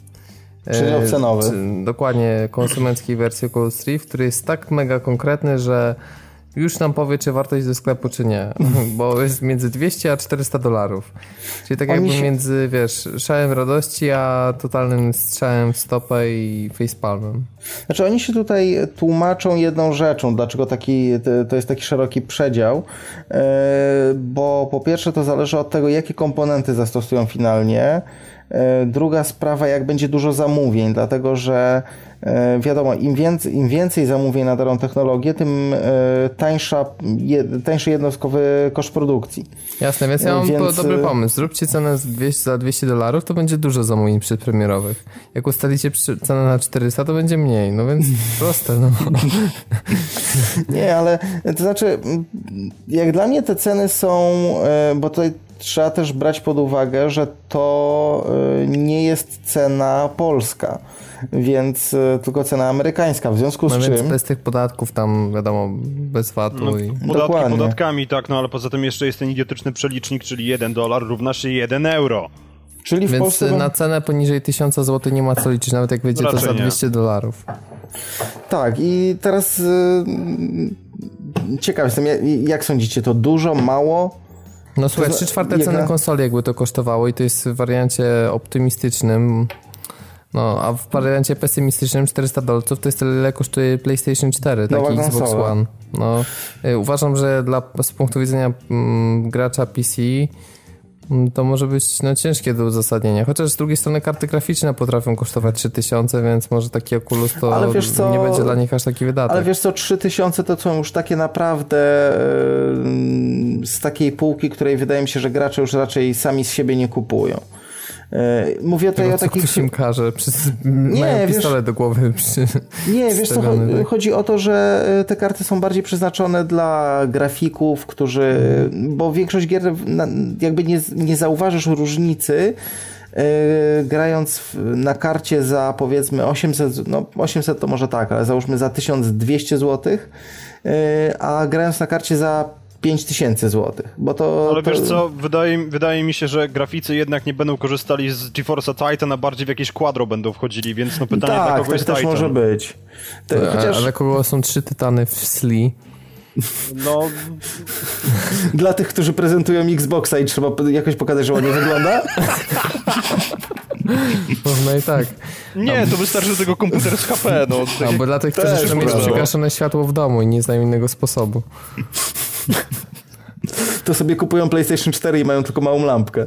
cenowy. Dokładnie, konsumenckiej wersji Oculus Rift, który jest tak mega konkretny, że już nam powie, czy warto iść do sklepu, czy nie. Bo jest między 200 a 400 dolarów. Czyli tak jakby między, wiesz, szałem radości, a totalnym strzałem w stopę i facepalmem. Znaczy oni się tutaj tłumaczą jedną rzeczą, dlaczego to jest taki szeroki przedział, bo po pierwsze to zależy od tego, jakie komponenty zastosują finalnie. Druga sprawa, jak będzie dużo zamówień, dlatego że wiadomo, im więcej zamówień na daną technologię, tym tańszy jednostkowy koszt produkcji. Jasne, więc ja mam dobry pomysł. Zróbcie cenę za $200, to będzie dużo zamówień przedpremierowych. Jak ustalicie cenę na 400, to będzie mniej. No więc proste. No. Nie, ale to znaczy, jak dla mnie te ceny są, bo tutaj trzeba też brać pod uwagę, że to nie jest cena polska, więc tylko cena amerykańska, w związku z czym... Więc bez tych podatków tam, wiadomo, bez VAT-u no, i... Podatki podatkami, tak, no ale poza tym jeszcze jest ten idiotyczny przelicznik, czyli $1 równa się €1. Czyli w Więc Polsce... na cenę poniżej 1000 zł nie ma co liczyć, nawet jak wyjdzie to za $200. Tak, i teraz ciekaw jestem, jak sądzicie, to dużo, mało? No słuchaj, 3/4 ceny konsoli jakby to kosztowało i to jest w wariancie optymistycznym, no a w wariancie pesymistycznym $400 to jest tyle, ile kosztuje PlayStation 4, taki Xbox One. No, uważam, że z punktu widzenia gracza PC to może być ciężkie do uzasadnienia, chociaż z drugiej strony karty graficzne potrafią kosztować 3000, więc może taki Oculus to nie będzie dla nich aż taki wydatek. Ale wiesz co, 3000 to są już takie naprawdę z takiej półki, której wydaje mi się, że gracze już raczej sami z siebie nie kupują. Mówię tutaj o takich... Ktoś im każe, mają pistolet do głowy. Nie, wiesz co, chodzi o to, że te karty są bardziej przeznaczone dla grafików, bo większość gier jakby nie zauważysz różnicy grając na karcie za powiedzmy 800, no 800 to może tak, ale załóżmy za 1200 zł, a grając na karcie za 5000 zł, bo to... Ale wiesz co, wydaje mi się, że graficy jednak nie będą korzystali z GeForce'a Titan, a bardziej w jakieś quadro będą wchodzili, więc no pytanie dla kogo jest Titan. Tak, też może być. Ale kogo są 3 tytany w SLI? No... Dla tych, którzy prezentują Xboxa i trzeba jakoś pokazać, że ładnie wygląda? Można i tak. Nie, to wystarczy do tego komputer z HP. No, bo dla tych, którzy chcą mieć przygaszone światło w domu i nie znają innego sposobu. To sobie kupują PlayStation 4 i mają tylko małą lampkę.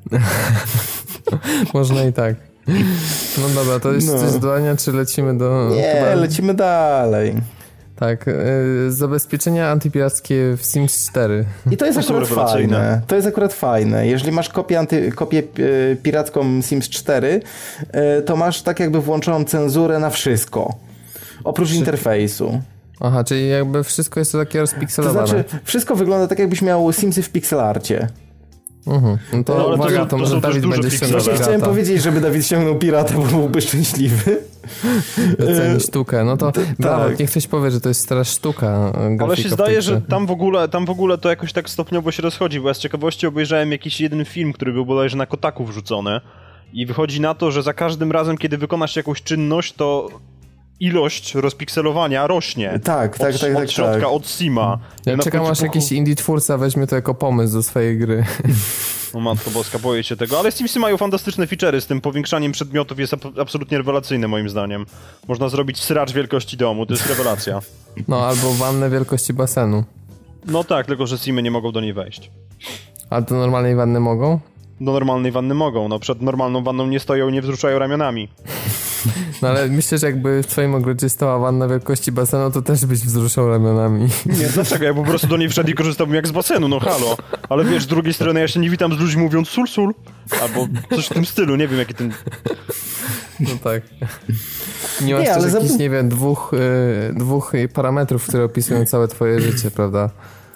Można i tak. No dobra, to jest coś dodania, czy lecimy do... Nie, lecimy dalej. Tak, zabezpieczenia antypirackie w Sims 4. I to jest akurat fajne. To jest akurat fajne. Jeżeli masz kopię piracką Sims 4, to masz tak jakby włączoną cenzurę na wszystko. Oprócz interfejsu. Aha, czyli jakby wszystko jest takie rozpikselowane. To znaczy, wszystko wygląda tak, jakbyś miał Simsy w pixelarcie. No to uwaga, to może Dawid będzie ściągnął pirata. Chciałem powiedzieć, żeby Dawid ściągnął pirata, bo byłby szczęśliwy. Ceni sztukę, no to brawo, niech ktoś powie, że to jest teraz sztuka. Ale się zdaje, że tam w ogóle to jakoś tak stopniowo się rozchodzi, bo ja z ciekawości obejrzałem jakiś jeden film, który był bodajże na Kotaku wrzucony i wychodzi na to, że za każdym razem, kiedy wykonasz jakąś czynność, to ilość rozpikselowania rośnie. Tak. Od środka, od sima. Ja czekam, aż jakiś indie twórca weźmie to jako pomysł do swojej gry. O matko boska, boję się tego. Ale Simsy mają fantastyczne feature'y z tym powiększaniem przedmiotów, jest absolutnie rewelacyjny moim zdaniem. Można zrobić sracz wielkości domu, to jest rewelacja. No, albo wannę wielkości basenu. No tak, tylko że Simy nie mogą do niej wejść. A do normalnej wanny mogą? Do normalnej wanny mogą, no przed normalną wanną nie stoją, nie wzruszają ramionami. No ale myślę, że jakby w twoim ogrodzie stała wanna wielkości basenu, to też byś wzruszał ramionami. Nie, dlaczego? Ja po prostu do niej wszedł i korzystałbym jak z basenu, no halo. Ale wiesz, z drugiej strony ja się nie witam z ludźmi mówiąc sól. Albo coś w tym stylu, nie wiem jaki ten... No tak. Nie masz też jakichś, nie wiem, dwóch parametrów, które opisują całe twoje życie, prawda?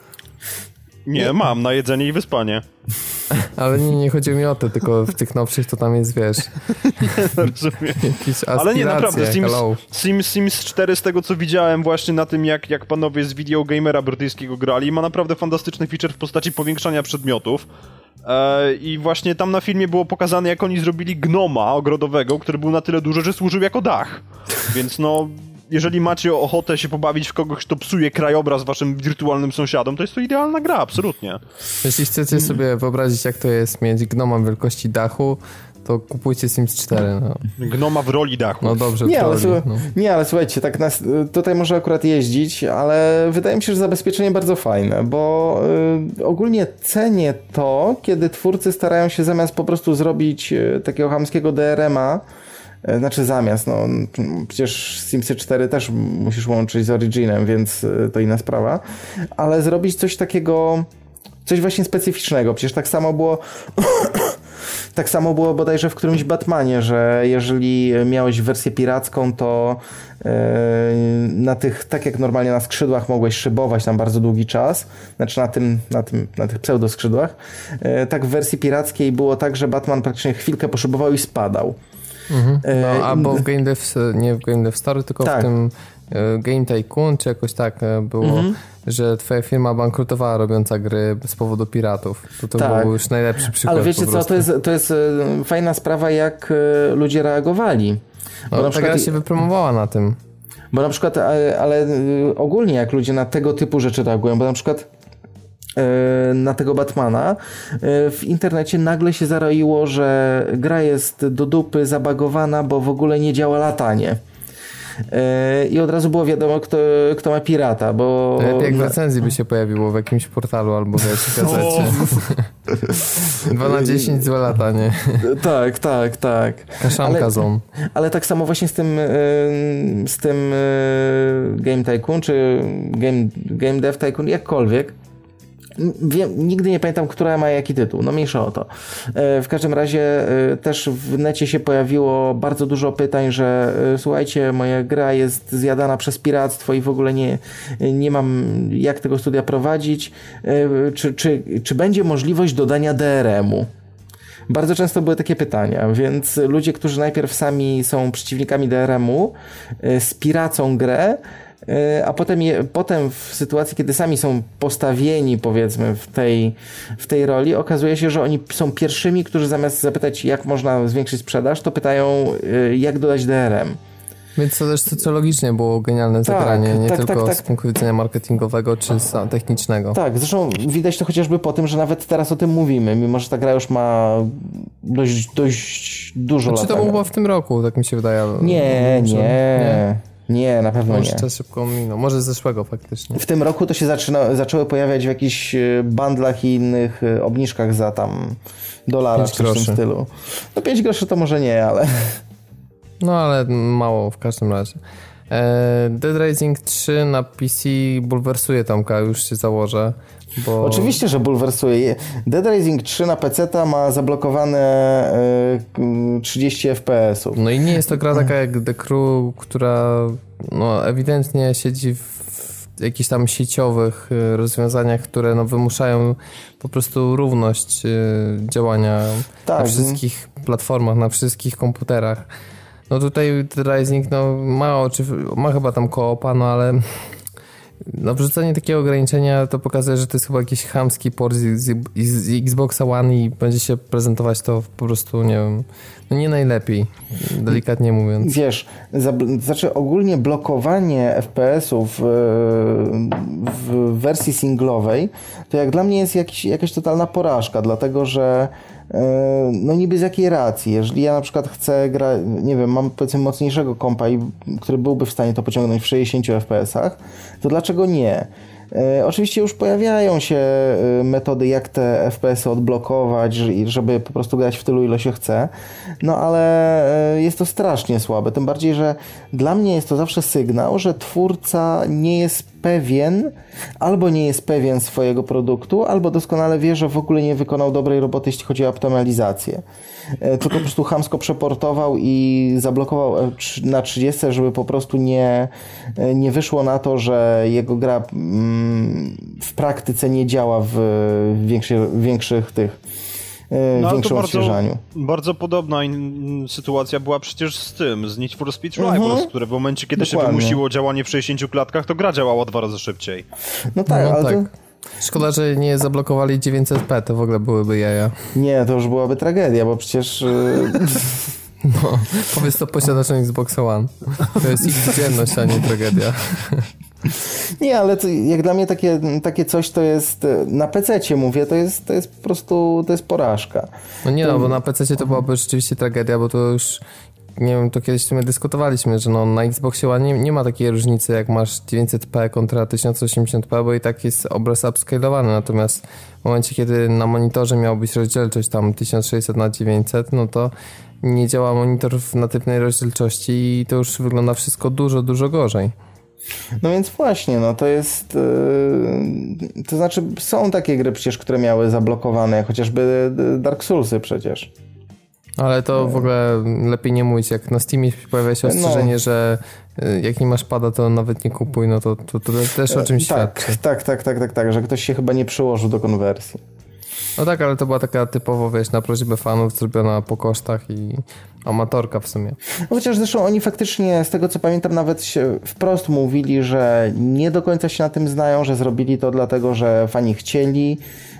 Nie, mam na jedzenie i wyspanie. Ale nie chodzi mi o to, tylko w tych nowszych to tam jest, wiesz... Rozumiem. Jakieś aspiracje, ale nie, naprawdę, Sims 4 z tego co widziałem właśnie na tym, jak panowie z Videogamera brytyjskiego grali, ma naprawdę fantastyczny feature w postaci powiększania przedmiotów. I właśnie tam na filmie było pokazane, jak oni zrobili gnoma ogrodowego, który był na tyle duży, że służył jako dach. Więc no... Jeżeli macie ochotę się pobawić w kogoś, kto psuje krajobraz waszym wirtualnym sąsiadom, to jest to idealna gra, absolutnie. Jeśli chcecie sobie wyobrazić, jak to jest mieć gnoma wielkości dachu, to kupujcie Sims 4. No. Gnoma w roli dachu. No dobrze, ale słuchajcie, tak tutaj może akurat jeździć, ale wydaje mi się, że zabezpieczenie bardzo fajne, bo ogólnie cenię to, kiedy twórcy starają się zamiast po prostu zrobić takiego chamskiego DRM-a, znaczy zamiast, no przecież Simsy 4 też musisz łączyć z Originem, więc to inna sprawa, ale zrobić coś takiego, coś właśnie specyficznego. Przecież tak samo było bodajże w którymś Batmanie, że jeżeli miałeś wersję piracką, to na tych, tak jak normalnie na skrzydłach mogłeś szybować tam bardzo długi czas, znaczy na tych pseudoskrzydłach, tak w wersji pirackiej było tak, że Batman praktycznie chwilkę poszybował i spadał. No, albo w Game Dev, nie w Game Dev Story, tylko w tym Game Tycoon, czy jakoś tak było, że twoja firma bankrutowała robiąca gry z powodu piratów. To był już najlepszy przykład. Ale wiecie co, to jest fajna sprawa, jak ludzie reagowali. No, ta gra się wypromowała na tym. Bo na przykład, ale ogólnie jak ludzie na tego typu rzeczy reagują, bo na przykład na tego Batmana w internecie nagle się zaroiło, że gra jest do dupy zabagowana, bo w ogóle nie działa latanie. I od razu było wiadomo, kto ma pirata, bo... Lepiej jak w recenzji by się pojawiło w jakimś portalu albo w gazecie. 2/10 złe latanie. Tak. Kaszanka zone. Ale tak samo właśnie z tym Game Tycoon, czy Game Dev Tycoon, jakkolwiek. Nigdy nie pamiętam, która ma jaki tytuł, no mniejsza o to. W każdym razie też w necie się pojawiło bardzo dużo pytań, że słuchajcie, moja gra jest zjadana przez piractwo i w ogóle nie mam jak tego studia prowadzić. Czy będzie możliwość dodania DRM-u? Bardzo często były takie pytania, więc ludzie, którzy najpierw sami są przeciwnikami DRM-u, spiracą grę, a potem w sytuacji, kiedy sami są postawieni, powiedzmy, w tej roli, okazuje się, że oni są pierwszymi, którzy zamiast zapytać, jak można zwiększyć sprzedaż, to pytają, jak dodać DRM. Więc to też socjologicznie było genialne zagranie, nie tylko z punktu widzenia marketingowego czy technicznego. Tak, zresztą widać to chociażby po tym, że nawet teraz o tym mówimy, mimo że ta gra już ma dość dużo lat. Czy to było w tym roku, tak mi się wydaje? Nie, na pewno nie. Czas szybko minął. Może z zeszłego faktycznie. W tym roku to się zaczęły pojawiać w jakichś bundlach i innych obniżkach za tam $1 w tym stylu. No 5 groszy to może nie, ale... No ale mało w każdym razie. Dead Rising 3 na PC bulwersuje Tomka, już się założę. Bo... Oczywiście, że bulwersuje. Dead Rising 3 na PC ma zablokowane 30 FPS-ów. No i nie jest to gra taka jak The Crew, która no, ewidentnie siedzi w jakichś tam sieciowych rozwiązaniach, które no wymuszają po prostu równość działania na wszystkich platformach, na wszystkich komputerach. No tutaj Rising no ma chyba tam koopa, no ale no wrzucenie takiego ograniczenia to pokazuje, że to jest chyba jakiś chamski port z Xboxa One i będzie się prezentować to po prostu, nie wiem, no nie najlepiej, delikatnie mówiąc. Wiesz, znaczy ogólnie blokowanie FPS-ów w wersji singlowej to jak dla mnie jest jakaś totalna porażka, dlatego że no niby z jakiej racji? Jeżeli ja na przykład chcę grać, nie wiem, mam powiedzmy mocniejszego kompa, który byłby w stanie to pociągnąć w 60 FPS-ach, to dlaczego nie? Oczywiście już pojawiają się metody, jak te FPS-y odblokować, żeby po prostu grać w tylu, ile się chce, no ale jest to strasznie słabe, tym bardziej, że dla mnie jest to zawsze sygnał, że twórca nie jest pewien, albo nie jest pewien swojego produktu, albo doskonale wie, że w ogóle nie wykonał dobrej roboty, jeśli chodzi o optymalizację. Tylko po prostu chamsko przeportował i zablokował na 30, żeby po prostu nie wyszło na to, że jego gra w praktyce nie działa w większych tych większym odświeżaniu. Bardzo podobna sytuacja była przecież z Need for Speed Rivals, które w momencie, kiedy się wymusiło działanie w 60 klatkach, to gra działała 2 razy szybciej. No tak, ale tak. Szkoda, że nie zablokowali 900p, to w ogóle byłyby jaja. Nie, to już byłaby tragedia, bo przecież... No, powiedz to posiadaczom Xbox One. To jest ich codzienność, a nie tragedia. Nie, ale to, jak dla mnie takie coś to jest, na PC-cie mówię, to jest po prostu, to jest porażka. No nie, no, bo na PC-cie to byłaby rzeczywiście tragedia, bo to już, nie wiem, to kiedyś w sumie dyskutowaliśmy, że no na Xboxie One nie ma takiej różnicy, jak masz 900p kontra 1080p, bo i tak jest obraz upscalowany, natomiast w momencie, kiedy na monitorze miał być rozdzielczość tam 1600x900, no to nie działa monitor w natywnej rozdzielczości i to już wygląda wszystko dużo, dużo gorzej. No więc właśnie, no to jest, to znaczy są takie gry przecież, które miały zablokowane, chociażby Dark Soulsy przecież. Ale to w ogóle lepiej nie mówić, jak na Steamie pojawia się ostrzeżenie, że jak nie masz pada, to nawet nie kupuj, no to też o czymś świadczy. Tak, że ktoś się chyba nie przyłożył do konwersji. No tak, ale to była taka typowo, wiesz, na prośbę fanów zrobiona po kosztach i amatorka w sumie. No chociaż zresztą oni faktycznie, z tego co pamiętam, nawet się wprost mówili, że nie do końca się na tym znają, że zrobili to dlatego, że fani chcieli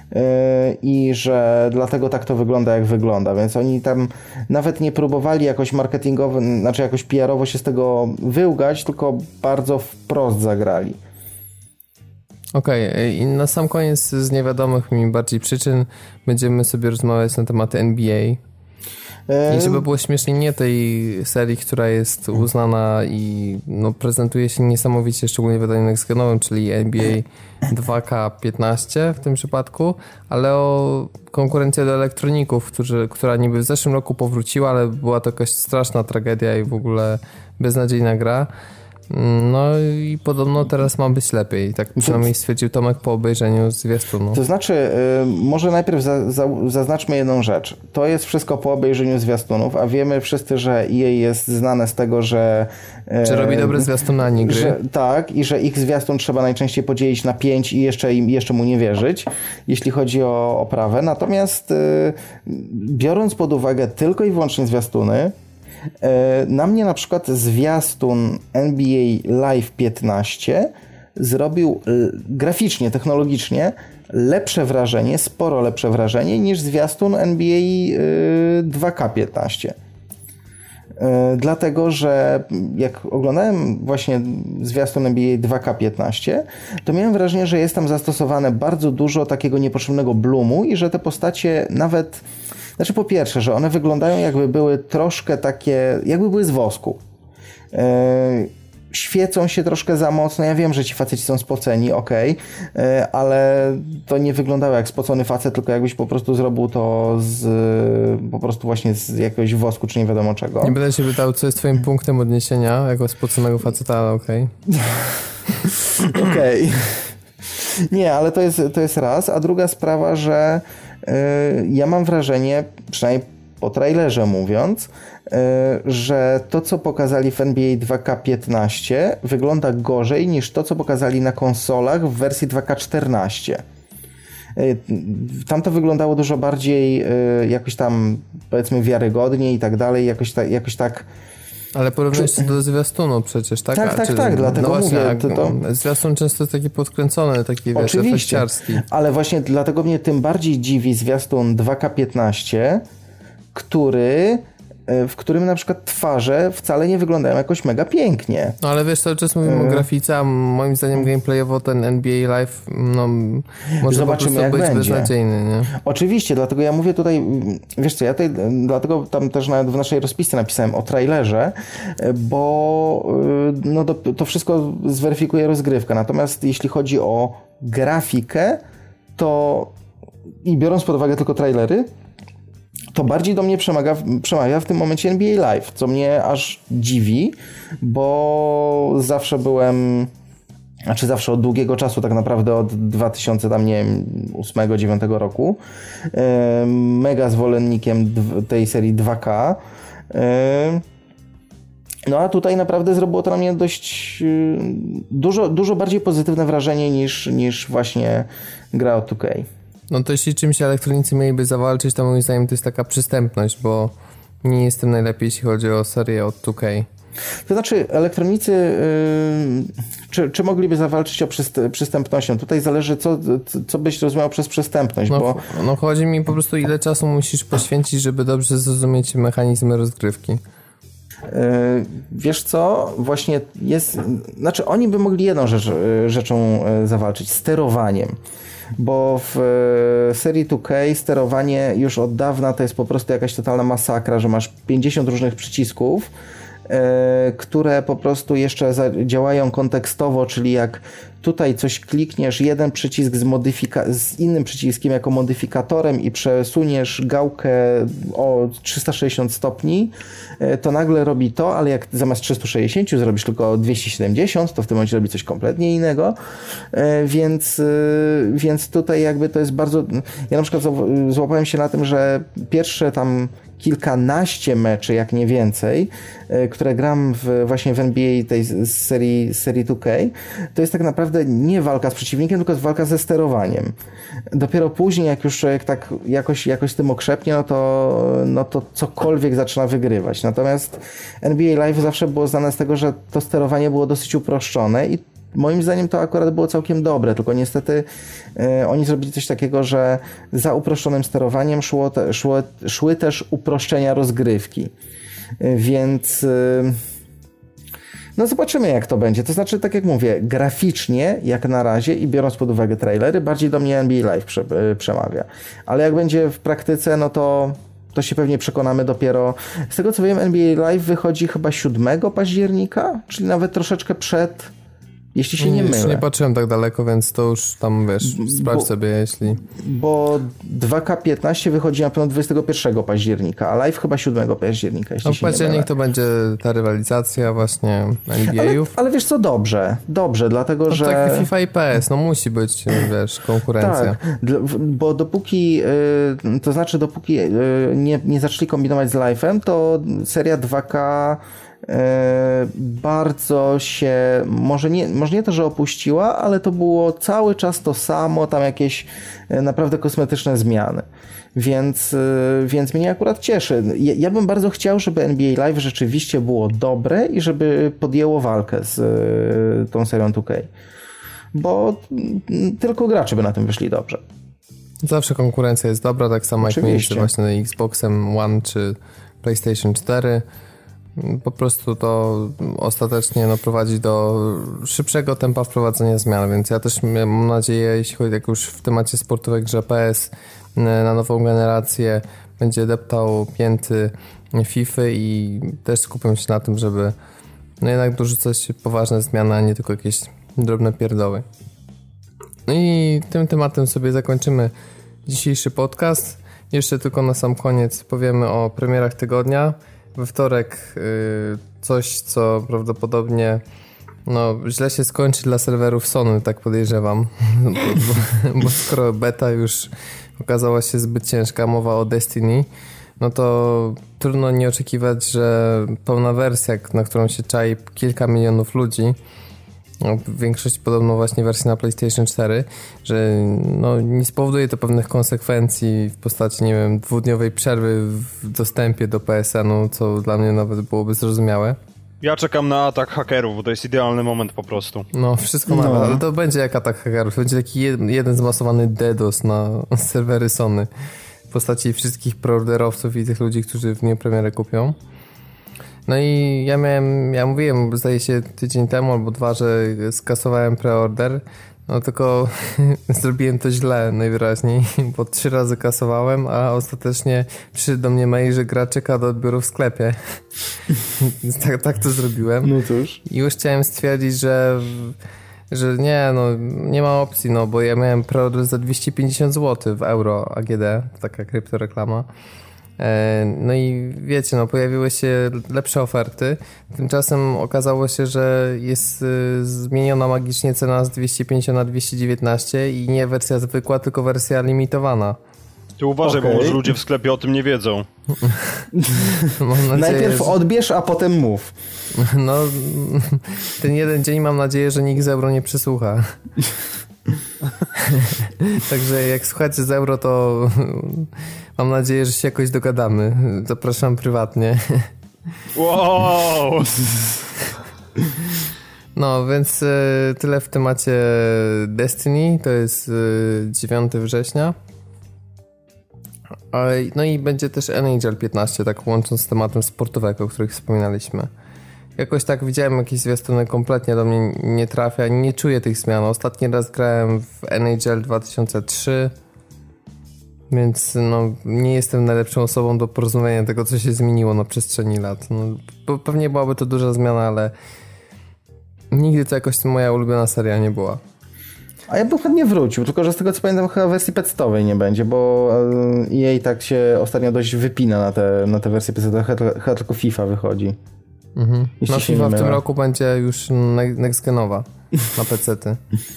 i że dlatego tak to wygląda, jak wygląda, więc oni tam nawet nie próbowali jakoś marketingowo, znaczy jakoś PR-owo się z tego wyłgać, tylko bardzo wprost zagrali. Okej, i na sam koniec z niewiadomych mi bardziej przyczyn będziemy sobie rozmawiać na tematy NBA. I żeby było śmiesznie, nie tej serii, która jest uznana i no, prezentuje się niesamowicie, szczególnie w wydaniu next-genowym, czyli NBA 2K15 w tym przypadku, ale o konkurencję do elektroników, która niby w zeszłym roku powróciła, ale była to jakaś straszna tragedia i w ogóle beznadziejna gra. No i podobno teraz ma być lepiej. Tak przynajmniej stwierdził Tomek po obejrzeniu zwiastunu. To znaczy, może najpierw zaznaczmy jedną rzecz. To jest wszystko po obejrzeniu zwiastunów, a wiemy wszyscy, że EA jest znane z tego, że robi dobre zwiastuny, a nie gry. Tak, i że ich zwiastun trzeba najczęściej podzielić na 5 i jeszcze mu nie wierzyć, jeśli chodzi o oprawę. Natomiast biorąc pod uwagę tylko i wyłącznie zwiastuny, na mnie na przykład zwiastun NBA Live 15 zrobił graficznie, technologicznie lepsze wrażenie, sporo lepsze wrażenie niż zwiastun NBA 2K15. Dlatego, że jak oglądałem właśnie zwiastun NBA 2K15, to miałem wrażenie, że jest tam zastosowane bardzo dużo takiego niepotrzebnego bloomu i że te postacie nawet... Znaczy po pierwsze, że one wyglądają jakby były troszkę takie, jakby były z wosku. Świecą się troszkę za mocno. Ja wiem, że ci faceci są spoceni, okej, ale to nie wyglądało jak spocony facet, tylko jakbyś po prostu zrobił to po prostu właśnie z jakiegoś wosku, czy nie wiadomo czego. Nie będę się pytał, co jest twoim punktem odniesienia jako spoconego faceta, ale okej. Okej. Nie, ale to jest raz. A druga sprawa, że ja mam wrażenie, przynajmniej po trailerze mówiąc, że to, co pokazali w NBA 2K15 wygląda gorzej niż to, co pokazali na konsolach w wersji 2K14. Tam to wyglądało dużo bardziej jakoś tam, powiedzmy, wiarygodnie i tak dalej, jakoś tak. Ale porównujesz to do zwiastunu przecież, tak? Tak, dlatego no właśnie, mówię. Zwiastun często jest taki podkręcony, taki efekciarski. Ale właśnie dlatego mnie tym bardziej dziwi zwiastun 2K15, w którym na przykład twarze wcale nie wyglądają jakoś mega pięknie. No ale wiesz, cały czas mówimy o grafice, a moim zdaniem gameplayowo ten NBA Live może zobaczymy, po prostu być beznadziejny, nie? Oczywiście, dlatego ja mówię tutaj, wiesz co, dlatego tam też nawet w naszej rozpisce napisałem o trailerze, bo to wszystko zweryfikuje rozgrywkę. Natomiast jeśli chodzi o grafikę, to i biorąc pod uwagę tylko trailery, to bardziej do mnie przemawia w tym momencie NBA Live, co mnie aż dziwi, bo zawsze od długiego czasu, tak naprawdę od 2008-2009 roku, mega zwolennikiem tej serii 2K. No a tutaj naprawdę zrobiło to na mnie dość dużo bardziej pozytywne wrażenie niż właśnie gra o 2K. No to jeśli czymś elektronicy mieliby zawalczyć, to moim zdaniem to jest taka przystępność, bo nie jestem najlepiej, jeśli chodzi o serię od 2K. To znaczy elektronicy, czy mogliby zawalczyć o przystępnością? Tutaj zależy, co byś rozumiał przez przystępność. No chodzi mi po prostu, ile czasu musisz poświęcić, żeby dobrze zrozumieć mechanizmy rozgrywki. Wiesz co, właśnie znaczy oni by mogli jedną rzeczą zawalczyć, sterowaniem. Bo w serii 2K sterowanie już od dawna to jest po prostu jakaś totalna masakra, że masz 50 różnych przycisków, które po prostu jeszcze działają kontekstowo, czyli jak tutaj coś klikniesz, jeden przycisk z innym przyciskiem jako modyfikatorem i przesuniesz gałkę o 360 stopni, to nagle robi to, ale jak zamiast 360 zrobisz tylko 270, to w tym momencie robi coś kompletnie innego, więc tutaj jakby to jest bardzo... Ja na przykład złapałem się na tym, że pierwsze tam kilkanaście meczy, jak nie więcej, które gram właśnie w NBA tej serii 2K, to jest tak naprawdę nie walka z przeciwnikiem, tylko jest walka ze sterowaniem. Dopiero później, jak już człowiek tak jakoś tym okrzepnie, no to cokolwiek zaczyna wygrywać. Natomiast NBA Live zawsze było znane z tego, że to sterowanie było dosyć uproszczone i moim zdaniem to akurat było całkiem dobre, tylko niestety oni zrobili coś takiego, że za uproszczonym sterowaniem szły też uproszczenia rozgrywki. Więc no zobaczymy, jak to będzie. To znaczy, tak jak mówię, graficznie jak na razie i biorąc pod uwagę trailery, bardziej do mnie NBA Live przemawia. Ale jak będzie w praktyce, no to się pewnie przekonamy dopiero. Z tego co wiem, NBA Live wychodzi chyba 7 października, czyli nawet troszeczkę przed... Jeśli się nie mylę. Nie patrzyłem tak daleko, więc to już tam, wiesz, sprawdź sobie, jeśli... Bo 2K15 wychodzi na pewno 21 października, a live chyba 7 października, jeśli się nie mylę. W październik to będzie ta rywalizacja właśnie NBA-ów. Ale wiesz co, dobrze, dlatego, że... tak FIFA i PS, no musi być, wiesz, konkurencja. Tak, bo dopóki nie zaczęli kombinować z live'em, to seria 2K bardzo się, może nie to, że opuściła, ale to było cały czas to samo, tam jakieś naprawdę kosmetyczne zmiany. Więc mnie akurat cieszy. Ja bym bardzo chciał, żeby NBA Live rzeczywiście było dobre i żeby podjęło walkę z tą serią 2K. Bo tylko gracze by na tym wyszli dobrze. Zawsze konkurencja jest dobra, tak samo jak mieliście właśnie Xboxem One czy PlayStation 4. Po prostu to ostatecznie prowadzi do szybszego tempa wprowadzenia zmian, więc ja też mam nadzieję, jeśli chodzi jak już w temacie sportówek, że PS na nową generację będzie deptał pięty FIFA i też skupią się na tym, żeby jednak dorzucać poważne zmiany, a nie tylko jakieś drobne pierdoły. No i tym tematem sobie zakończymy dzisiejszy podcast. Jeszcze tylko na sam koniec powiemy o premierach tygodnia. We wtorek coś, co prawdopodobnie źle się skończy dla serwerów Sony, tak podejrzewam, bo skoro beta już okazała się zbyt ciężka, mowa o Destiny, no to trudno nie oczekiwać, że pełna wersja, na którą się czai kilka milionów ludzi, no, w większości podobno właśnie wersja na PlayStation 4, że no, nie spowoduje to pewnych konsekwencji w postaci, nie wiem, 2-dniowej przerwy w dostępie do PSN-u, co dla mnie nawet byłoby zrozumiałe. Ja czekam na atak hakerów, bo to jest idealny moment po prostu. No, wszystko ma, ale to będzie jak atak hakerów. Będzie taki jeden zmasowany DDoS na serwery Sony w postaci wszystkich preorderowców i tych ludzi, którzy w dniu premiery kupią. No i ja mówiłem, zdaje się tydzień temu albo 2, że skasowałem preorder, no tylko zrobiłem to źle najwyraźniej, bo 3 razy kasowałem, a ostatecznie przyszedł do mnie mail, że gra czeka do odbioru w sklepie. tak to zrobiłem. No cóż. I już chciałem stwierdzić, że nie, no nie ma opcji, no bo ja miałem preorder za 250 zł w euro AGD, taka kryptoreklama. No i wiecie, no pojawiły się lepsze oferty. Tymczasem okazało się, że jest zmieniona magicznie cena z 250 na 219 i nie wersja zwykła, tylko wersja limitowana. Ty uważaj, bo może ludzie w sklepie o tym nie wiedzą. Mam nadzieję, najpierw odbierz, a potem mów. No, ten jeden dzień mam nadzieję, że nikt z euro nie przysłucha. Także jak słuchacie z euro, to mam nadzieję, że się jakoś dogadamy. Zapraszam prywatnie. Wow! No, więc tyle w temacie Destiny. To jest 9 września. No i będzie też NHL 15, tak łącząc z tematem sportowego, o których wspominaliśmy. Jakoś tak widziałem jakieś zwiastuny, kompletnie do mnie nie trafia, nie czuję tych zmian. Ostatni raz grałem w NHL 2003, więc no, nie jestem najlepszą osobą do porozumienia tego, co się zmieniło na przestrzeni lat. No, pewnie byłaby to duża zmiana, ale nigdy to jakoś moja ulubiona seria nie była. A ja bym chętnie wrócił, tylko że z tego co pamiętam chyba wersji PC-owej nie będzie, bo EA tak się ostatnio dość wypina na te wersje PC-owe, chyba tylko FIFA wychodzi. Mhm. No FIFA w tym roku będzie już next-genowa na PC-ty.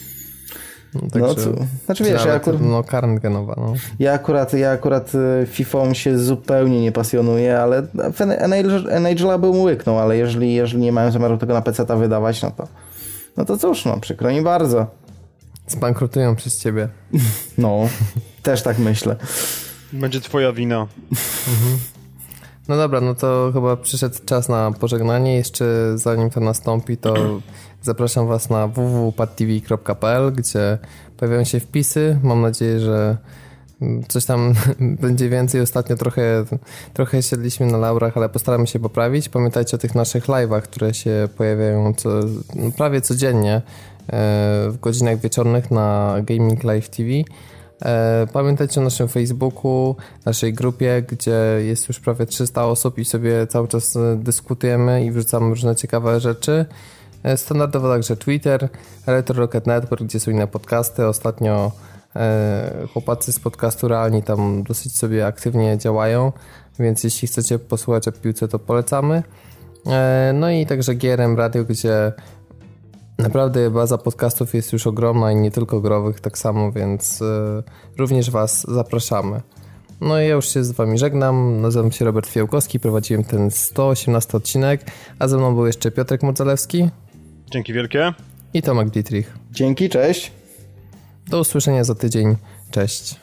No, znaczy wiesz, ja akurat... No current genowa, no. Ja akurat FIFA się zupełnie nie pasjonuję, ale NHL bym łyknął, ale jeżeli nie mają zamiaru tego na PC-ta wydawać, no to cóż, no przykro mi bardzo. Zbankrutują przez ciebie. No, też tak myślę. Będzie twoja wina. Mhm. No dobra, no to chyba przyszedł czas na pożegnanie. Jeszcze zanim to nastąpi, to zapraszam was na www.padtv.pl, gdzie pojawiają się wpisy. Mam nadzieję, że coś tam będzie więcej. Ostatnio trochę siedliśmy na laurach, ale postaramy się poprawić. Pamiętajcie o tych naszych live'ach, które się pojawiają prawie codziennie w godzinach wieczornych na Gaming Live TV. Pamiętajcie o naszym Facebooku, naszej grupie, gdzie jest już prawie 300 osób i sobie cały czas dyskutujemy i wrzucamy różne ciekawe rzeczy. Standardowo także Twitter, Retro Rocket Network, gdzie są inne podcasty. Ostatnio chłopacy z podcastu Realni tam dosyć sobie aktywnie działają, więc jeśli chcecie posłuchać o piłce, to polecamy. No i także GRM Radio, gdzie naprawdę baza podcastów jest już ogromna i nie tylko growych tak samo, więc również was zapraszamy. No i ja już się z wami żegnam. Nazywam się Robert Fiałkowski, prowadziłem ten 118 odcinek, a ze mną był jeszcze Piotrek Modzelewski. Dzięki wielkie. I Tomek Dietrich. Dzięki, cześć. Do usłyszenia za tydzień. Cześć.